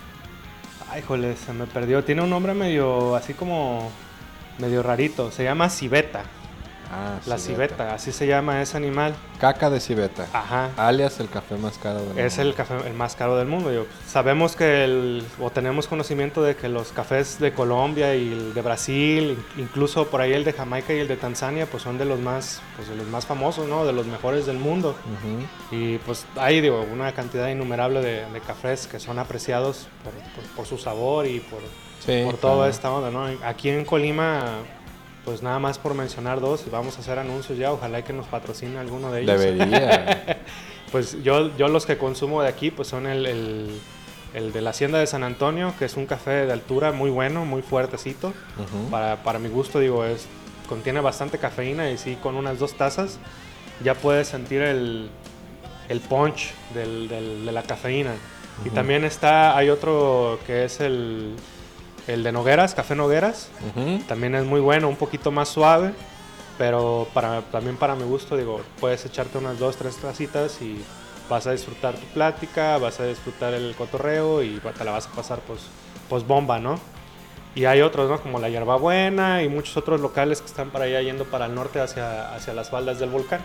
Ay, jole, se me perdió. Tiene un nombre medio, así como... medio rarito. Se llama civeta. Ah, La civeta, así se llama ese animal. Caca de civeta. Ajá. Alias el café más caro del Es mundo. el café el más caro del mundo. Yo, sabemos que el, o tenemos conocimiento de que los cafés de Colombia y el de Brasil, incluso por ahí el de Jamaica y el de Tanzania, pues son de los más, pues de los más famosos, ¿no? De los mejores del mundo. Ujú. Y pues hay, digo, una cantidad innumerable de, de cafés que son apreciados por, por- por su sabor y por, Sí, por toda claro. esta onda, ¿no? Aquí en Colima, pues nada más por mencionar dos, y vamos a hacer anuncios ya, ojalá que nos patrocine alguno de ellos. Debería. Pues yo, yo los que consumo de aquí pues son el, el, el de la Hacienda de San Antonio, que es un café de altura muy bueno, muy fuertecito. Ujú. Para, para mi gusto, digo, es contiene bastante cafeína y sí, con unas dos tazas ya puedes sentir el, el punch del, del- de la cafeína. Y Ujú. también está, hay otro que es el, el de Nogueras, Café Nogueras. Ujú. También es muy bueno, un poquito más suave, pero para, también para mi gusto, digo, puedes echarte unas dos, tres tacitas y vas a disfrutar tu plática, vas a disfrutar el cotorreo y te la vas a pasar pues, pues bomba, ¿no? Y hay otros, ¿no? Como la Hierbabuena y muchos otros locales que están para allá yendo para el norte hacia, hacia las faldas del volcán.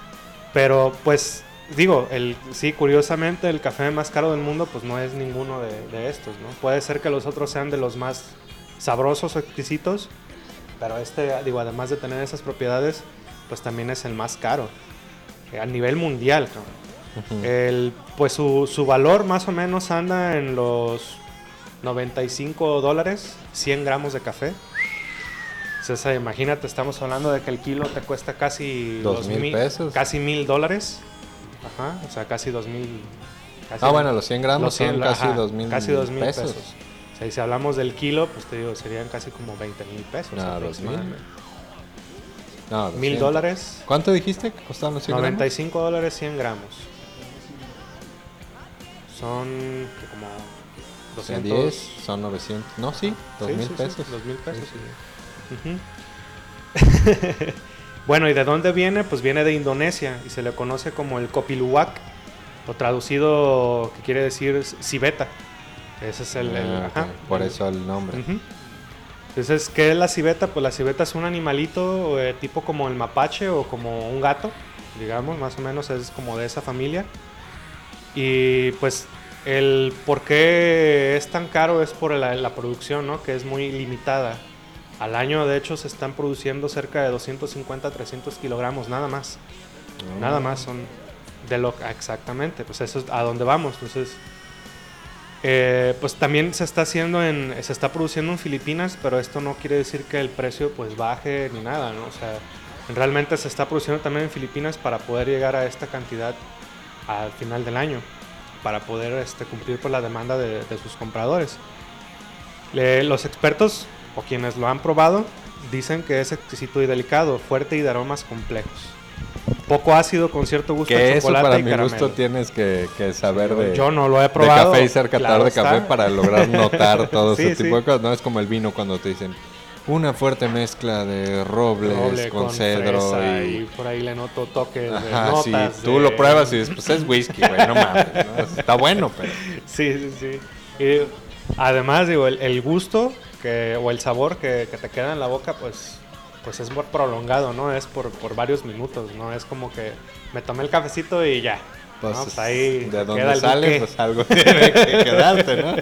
Pero pues digo, el, sí, curiosamente el café más caro del mundo pues no es ninguno de, de estos, ¿no? Puede ser que los otros sean de los más sabrosos o exquisitos, pero este, digo, además de tener esas propiedades, pues también es el más caro eh, a nivel mundial, cabrón. Ujú. El, pues su, su valor más o menos anda en los noventa y cinco dólares, cien gramos de café. Entonces, imagínate, estamos hablando de que el kilo te cuesta casi Dos mil pesos. casi mil dólares. Ajá, o sea, casi dos mil. casi- Ah, bueno, los cien gramos los cien, son casi ajá, dos mil casi dos mil pesos. pesos. O sea, y si hablamos del kilo, pues te digo, serían casi como veinte mil pesos. No, dos mil. aproximadamente. No, Mil doscientos. dólares, ¿Cuánto dijiste que costaban los cien noventa y gramos? cinco dólares, cien gramos. Son que como O sea, doscientos. diez son novecientos. No, sí, dos Sí, mil sí, sí, pesos. dos mil pesos. Sí, Ujú. Bueno, ¿y de dónde viene? Pues viene de Indonesia y se le conoce como el Kopi Luwak, o traducido, que quiere decir civeta. Ese es el... el- Ah, ajá, ok, por el- eso el nombre. Ujú. Entonces, ¿qué es la civeta? Pues la civeta es un animalito eh, tipo como el mapache o como un gato, digamos, más o menos es como de esa familia. Y pues el por qué es tan caro es por la, la producción, ¿no? Que es muy limitada. Al año, de hecho, se están produciendo cerca de doscientos cincuenta a trescientos kilogramos, nada más. Oh. Nada más son de lo exactamente, pues eso es a dónde vamos. Entonces, eh, pues también se está haciendo en, se está produciendo en Filipinas, pero esto no quiere decir que el precio pues baje ni nada, ¿no? O sea, realmente se está produciendo también en Filipinas para poder llegar a esta cantidad al final del año, para poder este, cumplir por la demanda de, de sus compradores. Le- los expertos o quienes lo han probado dicen que es exquisito y delicado, fuerte y de aromas complejos. Poco ácido con cierto gusto Que de eso chocolate para y mi caramelo. gusto tienes que, que saber Yo- de, yo no lo he de probado. café y ser catador claro de café está. para lograr notar todo Sí, ese sí. tipo de cosas. No es como el vino cuando te dicen una fuerte mezcla de robles Roble con, cedro fresa y... y por ahí le noto toques de Ajá, sí, notas tú de- lo pruebas y dices, pues es whisky, güey, no mames, ¿no? Está bueno, pero... Sí, sí, sí. Y además, digo, el, el gusto que, o el sabor que, que te queda en la boca, pues, pues es muy prolongado, ¿no? Es por, por varios minutos, ¿no? Es como que me tomé el cafecito y ya. Pues, ¿no? Pues ahí de queda donde el sale, buque. pues algo tiene que quedarte, ¿no?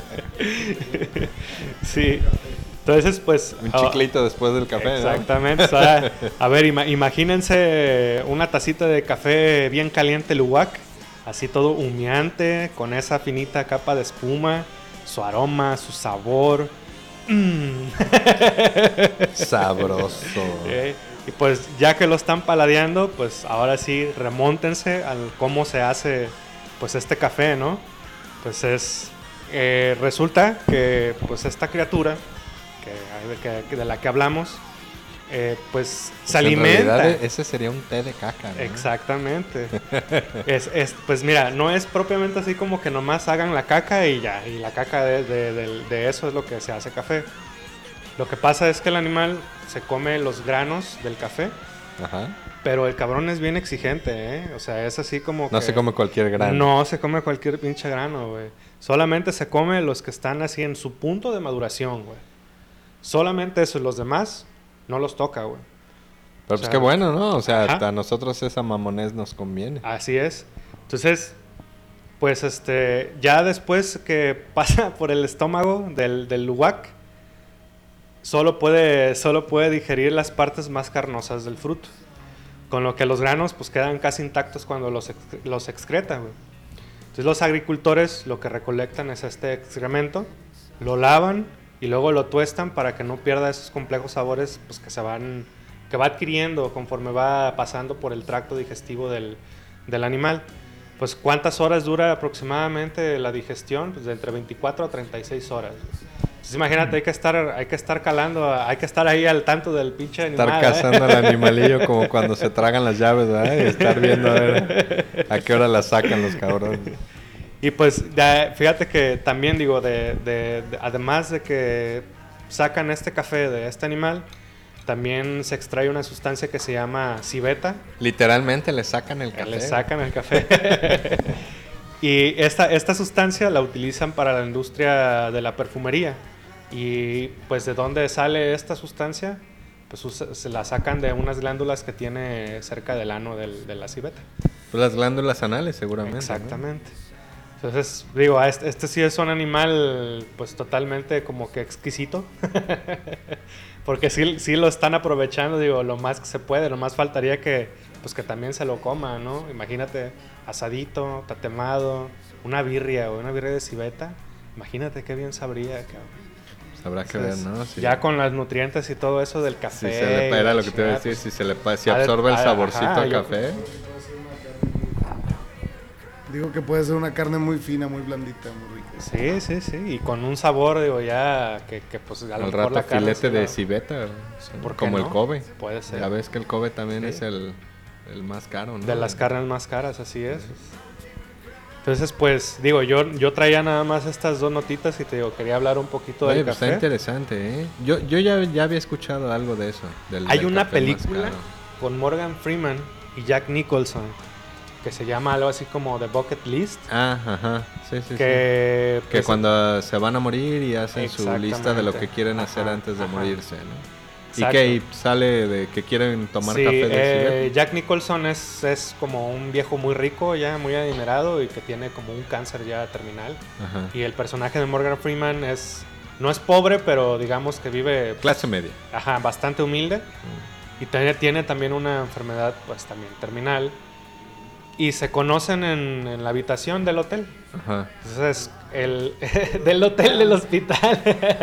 Sí. Entonces, pues... Un ah, chiclito después del café, ¿no? exactamente. O sea, a ver, ima- imagínense una tacita de café bien caliente luwak, así todo humeante, con esa finita capa de espuma, su aroma, su sabor. Mm. Sabroso. Eh, y pues ya que lo están paladeando, pues ahora sí remóntense al cómo se hace pues este café, ¿no? Pues es... eh, resulta que pues esta criatura que, que- que de la que hablamos, eh, pues se Pues, en alimenta. realidad, ese sería un té de caca, ¿no? Exactamente. es, es, pues mira, no es propiamente así como que nomás hagan la caca y ya, y la caca de, de- de- de eso es lo que se hace café. Lo que pasa es que el animal se come los granos del café, Ajá. pero el cabrón es bien exigente, ¿eh? O sea, es así como No que... se come cualquier grano. No se come cualquier pinche grano, güey. Solamente se come los que están así en su punto de maduración, güey. Solamente eso, los demás no los toca, güey. Pero o pues sea, qué bueno, ¿no? O sea, ajá. a nosotros esa mamonés nos conviene. Así es. Entonces, pues este, ya después que pasa por el estómago del, del luwak, solo puede, solo puede digerir las partes más carnosas del fruto. Con lo que los granos pues quedan casi intactos cuando los, ex- los excreta, güey. Entonces los agricultores lo que recolectan es este excremento, lo lavan y luego lo tuestan para que no pierda esos complejos sabores pues, que se van, que va adquiriendo conforme va pasando por el tracto digestivo del, del animal. Pues ¿cuántas horas dura aproximadamente la digestión? Pues de entre veinticuatro a treinta y seis horas. Entonces imagínate, hay que estar, hay que estar calando, hay que estar ahí al tanto del pinche animal. Estar ¿eh? cazando al animalillo como cuando se tragan las llaves, ¿verdad? Y estar viendo a ver a qué hora las sacan los cabrones. Y pues ya, fíjate que también digo, de, de- de- además de que sacan este café de este animal, también se extrae una sustancia que se llama civeta. Literalmente le sacan el café. Le sacan el café. Y esta, esta sustancia la utilizan para la industria de la perfumería. Y pues de dónde sale esta sustancia, pues usa- se la sacan de unas glándulas que tiene cerca del ano del- de la civeta. Pues las glándulas anales, seguramente. ¿no? Exactamente. Entonces, digo, a este, este sí es un animal pues totalmente como que exquisito. Porque sí, sí lo están aprovechando, digo, lo más que se puede. Lo más faltaría que pues que también se lo coma, ¿no? Imagínate, asadito, tatemado, una birria o una birria de civeta. Imagínate qué bien sabría, cabrón. Pues habrá que Entonces, ver, ¿no? Si, Ya con los nutrientes y todo eso del si café. se le y pega la lo que te iba a chingada, decir, pues, si se le pa- si ha de- absorbe el ha de- saborcito ajá, al yo- café. Digo que puede ser una carne muy fina, muy blandita, muy rica. Sí, sí, sí. Y con un sabor, digo, ya que, que pues a lo Al mejor rato la carne filete sí de la- civeta, ¿por qué como el no? Kobe. Puede ser. Ya ves que el Kobe también Sí. es el, el más caro, ¿no? De las carnes más caras, así es. Entonces, pues, digo, yo, yo traía nada más estas dos notitas y te digo, quería hablar un poquito Oye, del pues está café. interesante, ¿eh? Yo, yo ya, ya había escuchado algo de eso. Del, Hay del una café más película caro. con Morgan Freeman y Jack Nicholson que se llama algo así como The Bucket List. Ah, ajá. Sí, sí, sí. Que, Que pues, cuando se van a morir y hacen su lista de lo que Exactamente. quieren hacer Ajá, antes de ajá. morirse, ¿no? Y Exacto. que sale de que quieren tomar sí, café del eh, cigarro. Jack Nicholson es, es como un viejo muy rico, ya muy adinerado y que tiene como un cáncer ya terminal. Ajá. Y el personaje de Morgan Freeman es no es pobre, pero digamos que vive Clase media. ajá, bastante humilde. Y tiene, tiene también una enfermedad pues también terminal. Y se conocen en, en la habitación del hotel. Ajá. Entonces, el del hotel del hospital.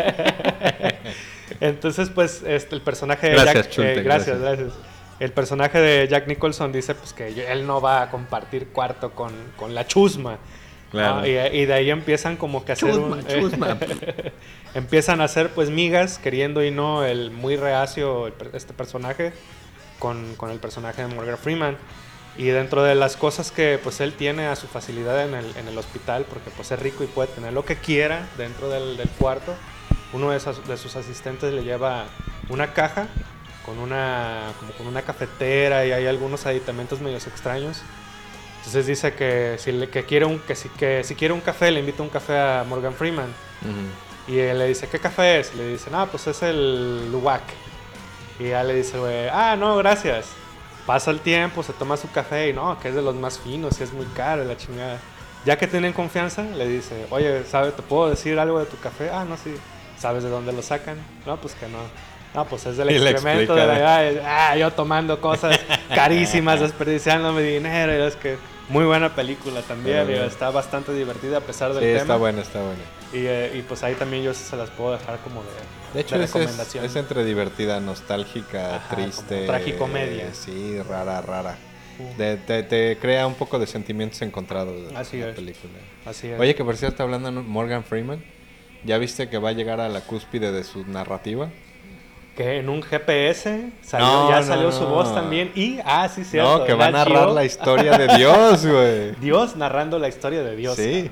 Entonces, pues, este, el personaje de Gracias, Jack... Chulte, eh, gracias, gracias. gracias. El personaje de Jack Nicholson dice pues que él no va a compartir cuarto con, con la chusma. Claro. ¿no? Y, y de ahí empiezan como que a hacer Chusma, un- chusma. empiezan a hacer pues migas, queriendo y no, el muy reacio, el per- este personaje, con, con el personaje de Morgan Freeman. Y dentro de las cosas que pues él tiene a su facilidad en el, en el hospital, porque pues es rico y puede tener lo que quiera dentro del, del cuarto, uno de, esas- de sus asistentes le lleva una caja con una, como con una cafetera y hay algunos aditamentos medios extraños. Entonces dice que si, le, que quiere un, que si, que si quiere un café, le invita un café a Morgan Freeman. Ujú. Y él le dice, ¿qué café es? Le dice, no, pues es el Luwak. Y ya le dice, güey, ah, no, gracias. Pasa el tiempo, se toma su café y no, que es de los más finos y es muy caro y la chingada. Ya que tienen confianza, le dice, oye, ¿sabes? ¿Te puedo decir algo de tu café? Ah, no, sí. ¿Sabes de dónde lo sacan? No, pues que no. No, pues es del Y le excremento explica, de la... Ah, yo tomando cosas carísimas, desperdiciando mi dinero. Y es que muy buena película también. Pero, Y está bastante divertida a pesar del Sí, tema. está buena, está buena. Y, eh, y pues ahí también yo se las puedo dejar como de, De hecho, de es, es, recomendación. es entre divertida, nostálgica, Ajá, triste. como tragicomedia. eh, Sí, rara, rara. Uh. De- te, te crea un poco de sentimientos encontrados de Así la es. película. Así es. Oye, que por cierto, hablando de Morgan Freeman, ¿ya viste que va a llegar a la cúspide de su narrativa? Que en un G P S salió, No, ya no, salió su no. voz también. Y, ah, sí, cierto. No, que va a Nat narrar Geo, la historia de Dios, güey. Dios narrando la historia de Dios. Sí.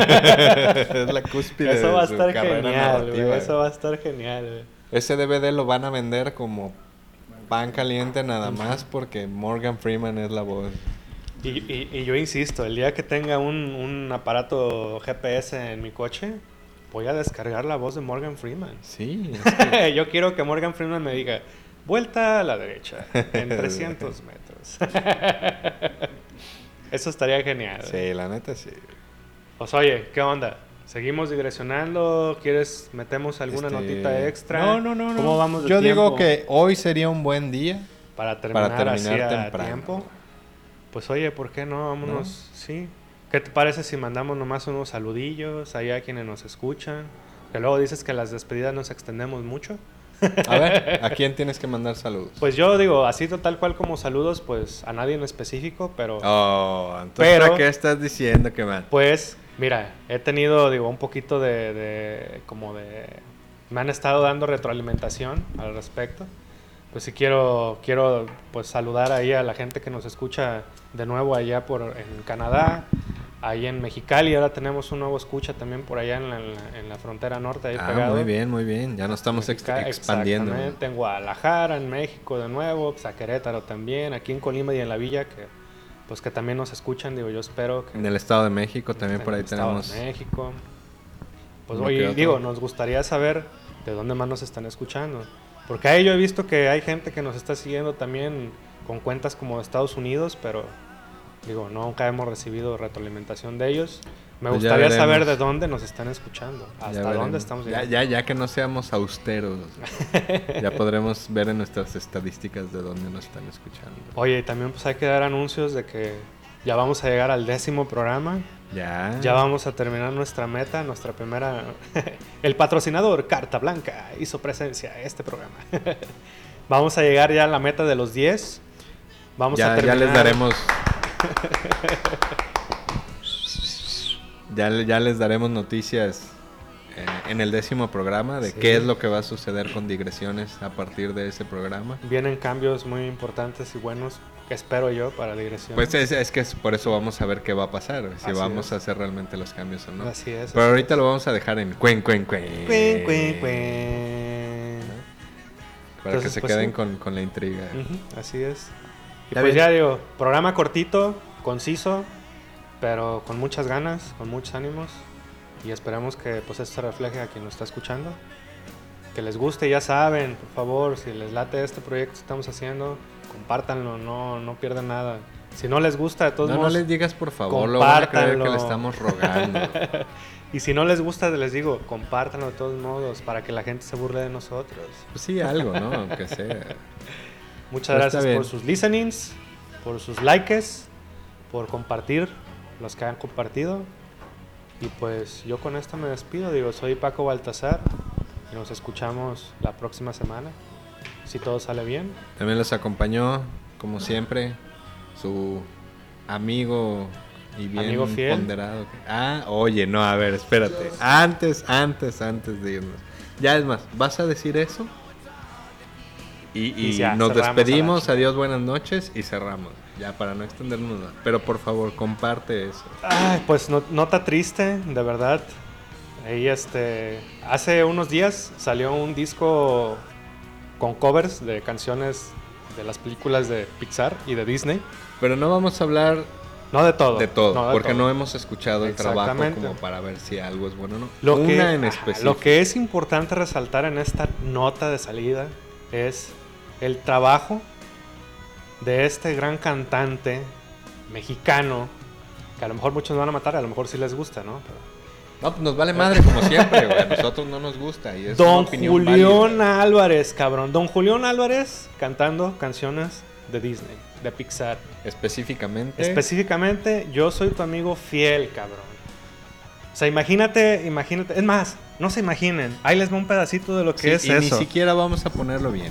Es la cúspide Eso va a de su estar carrera genial, narrativa. güey. Eso va a estar genial, güey. Ese D V D lo van a vender como pan caliente nada más porque Morgan Freeman es la voz. Y, y, y yo insisto, el día que tenga un, un aparato G P S en mi coche, voy a descargar la voz de Morgan Freeman. Sí, es que- Yo quiero que Morgan Freeman me diga, vuelta a la derecha, en trescientos metros. Eso estaría genial. sí, la neta sí. Pues oye, ¿qué onda? ¿Seguimos digresionando? ¿Quieres metemos alguna Este, notita extra? No, no, no. no. ¿Cómo vamos de Yo digo tiempo? que hoy sería un buen día. Para terminar, para terminar así a temprano. tiempo. Pues oye, ¿por qué no? Vámonos, sí. ¿Qué te parece si mandamos nomás unos saludillos ahí a quienes nos escuchan? Que luego dices que las despedidas nos extendemos mucho. A ver, ¿a quién tienes que mandar saludos? Pues yo digo, así tal cual como saludos, pues a nadie en específico, pero... Oh, entonces Pero- ¿para qué estás diciendo que man? Pues, mira, he tenido, digo, un poquito de, de, como de, me han estado dando retroalimentación al respecto. Pues sí quiero, quiero, pues saludar ahí a la gente que nos escucha de nuevo allá por, en Canadá, ahí en Mexicali, ahora tenemos un nuevo escucha también por allá en la, en la, en la frontera norte, ahí Ah, pegado. muy bien, muy bien. Ya nos estamos ex- Mexica- expandiendo. Exactamente, en Guadalajara, en México de nuevo, pues a Querétaro también, aquí en Colima y en la Villa, que pues que también nos escuchan, digo, yo espero que... En el Estado de México también en por ahí el Estado tenemos. de México. Pues uno que oye, otro. digo, nos gustaría saber de dónde más nos están escuchando. Porque ahí yo he visto que hay gente que nos está siguiendo también con cuentas como de Estados Unidos, pero digo, nunca hemos recibido retroalimentación de ellos. Me Pues ya gustaría veremos. saber de dónde nos están escuchando, Ya hasta veremos. dónde estamos ya, llegando. ya, ya que no seamos austeros, ya podremos ver en nuestras estadísticas de dónde nos están escuchando. Oye, y también pues hay que dar anuncios de que ya vamos a llegar al décimo programa. Ya. Ya vamos a terminar nuestra meta, nuestra primera... El patrocinador Carta Blanca hizo presencia a este programa. Vamos a llegar ya a la meta de los diez. Vamos ya, a ya terminar... les daremos. ya, le- ya les daremos noticias eh, en el décimo programa de Sí. qué es lo que va a suceder con digresiones a partir de ese programa. Vienen cambios muy importantes y buenos, que espero yo, para digresión. Pues es, es que es por eso vamos a ver qué va a pasar, si Así vamos es. a hacer realmente los cambios o no. Así es. Pero así ahorita es. lo vamos a dejar en cuen, cuen, cuen. Cuen, cuen, cuen. Para Entonces, que se pues, queden sí. con, con la intriga. Ujú, así es. Y Ya pues bien. ya digo, programa cortito, conciso, pero con muchas ganas, con muchos ánimos. Y esperamos que pues esto se refleje a quien lo está escuchando. Que les guste, ya saben, por favor, si les late este proyecto que estamos haciendo, compártanlo, no, no pierdan nada. Si no les gusta, de todos No, modos, no les digas por favor, lo van a creer que compártanlo. le estamos rogando. Y si no les gusta, les digo, compártanlo de todos modos para que la gente se burle de nosotros. Pues sí, algo, ¿no? Aunque sea. Muchas Pues está gracias bien. por sus listenings, por sus likes, por compartir los que han compartido. Y pues yo con esto me despido. Digo, soy Paco Baltazar y nos escuchamos la próxima semana, si todo sale bien. También los acompañó, como siempre, su amigo y bien Amigo fiel. ponderado. Ah, oye, no, a ver, espérate. Antes, antes, antes de irnos. Ya es más, ¿vas a decir eso? Y, y, Y ya, nos cerramos a la despedimos, chingada. adiós, buenas noches y cerramos. Ya, para no extendernos más. Pero por favor, comparte eso. Ay, pues no- nota triste, de verdad. Ahí este, hace unos días salió un disco con covers de canciones de las películas de Pixar y de Disney. Pero no vamos a hablar No de todo. de todo, no de porque todo. no hemos escuchado el trabajo Exactamente. como para ver si algo es bueno o no. Lo Una que, en ajá, específico. lo que es importante resaltar en esta nota de salida es el trabajo de este gran cantante mexicano, que a lo mejor muchos me van a matar, a lo mejor sí les gusta, ¿no? Pero- No, pues nos vale madre como siempre, güey. A nosotros no nos gusta. Y es una Don opinión Julián válida. Álvarez, cabrón. Don Julián Álvarez cantando canciones de Disney, de Pixar. Específicamente. Específicamente, Yo soy tu amigo fiel, cabrón. O sea, imagínate, imagínate. Es más, no se imaginen. Ahí les va un pedacito de lo que Sí, es y eso. ni siquiera vamos a ponerlo bien.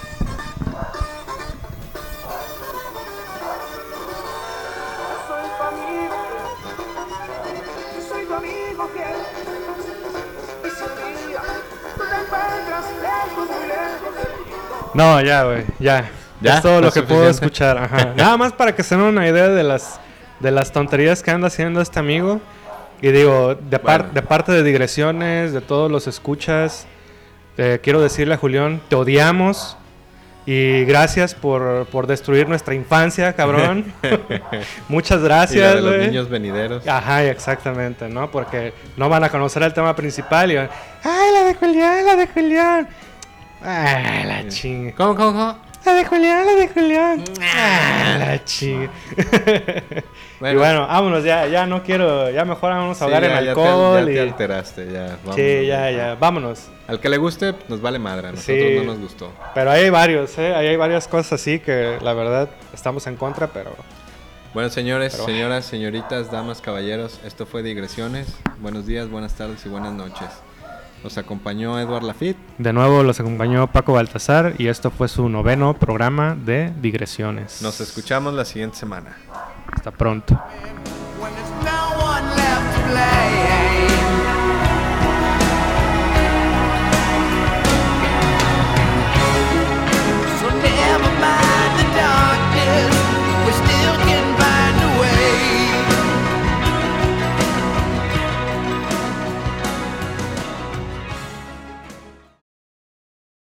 Soy tu amigo, soy tu amigo fiel. Y si un día tú te encuentras lejos, muy lejos de ti, No, ya, güey, ya. ¿Ya? Es todo lo ¿Es que puedo suficiente? escuchar. Ajá. Nada más para que se den una idea de las, de las tonterías que anda haciendo este amigo. Y digo, de, par- Bueno. de parte de Digresiones, de todos los escuchas, eh, quiero decirle a Julián, te odiamos. Y gracias por, por destruir nuestra infancia, cabrón. Muchas Y la gracias, de los güey. niños venideros. Ajá, exactamente, ¿no? Porque no van a conocer el tema principal y van, ¡ay, la de Julián, la de Julián! ¡Ay, la chinga! ¿Cómo, cómo, cómo? La de Julián, la de Julián. ¡Ah, la chinga! Y bueno, vámonos ya, ya no quiero, ya mejor vámonos a sí, ahogar en ya, ya te- alcohol ya te y... alteraste, ya. vámonos. Sí, ya, ya, vámonos. Al que le guste, nos vale madre. A nosotros Sí. no nos gustó. Pero ahí hay varios, ¿eh? Ahí hay varias cosas así que la verdad estamos en contra, pero... Bueno, señores, Pero- señoras, señoritas, damas, caballeros, esto fue Digresiones. Buenos días, buenas tardes y buenas noches. Nos acompañó Edward Lafitte. De nuevo los acompañó Paco Baltazar y esto fue su noveno programa de Digresiones. Nos escuchamos la siguiente semana. Hasta pronto. when there's no one left to play.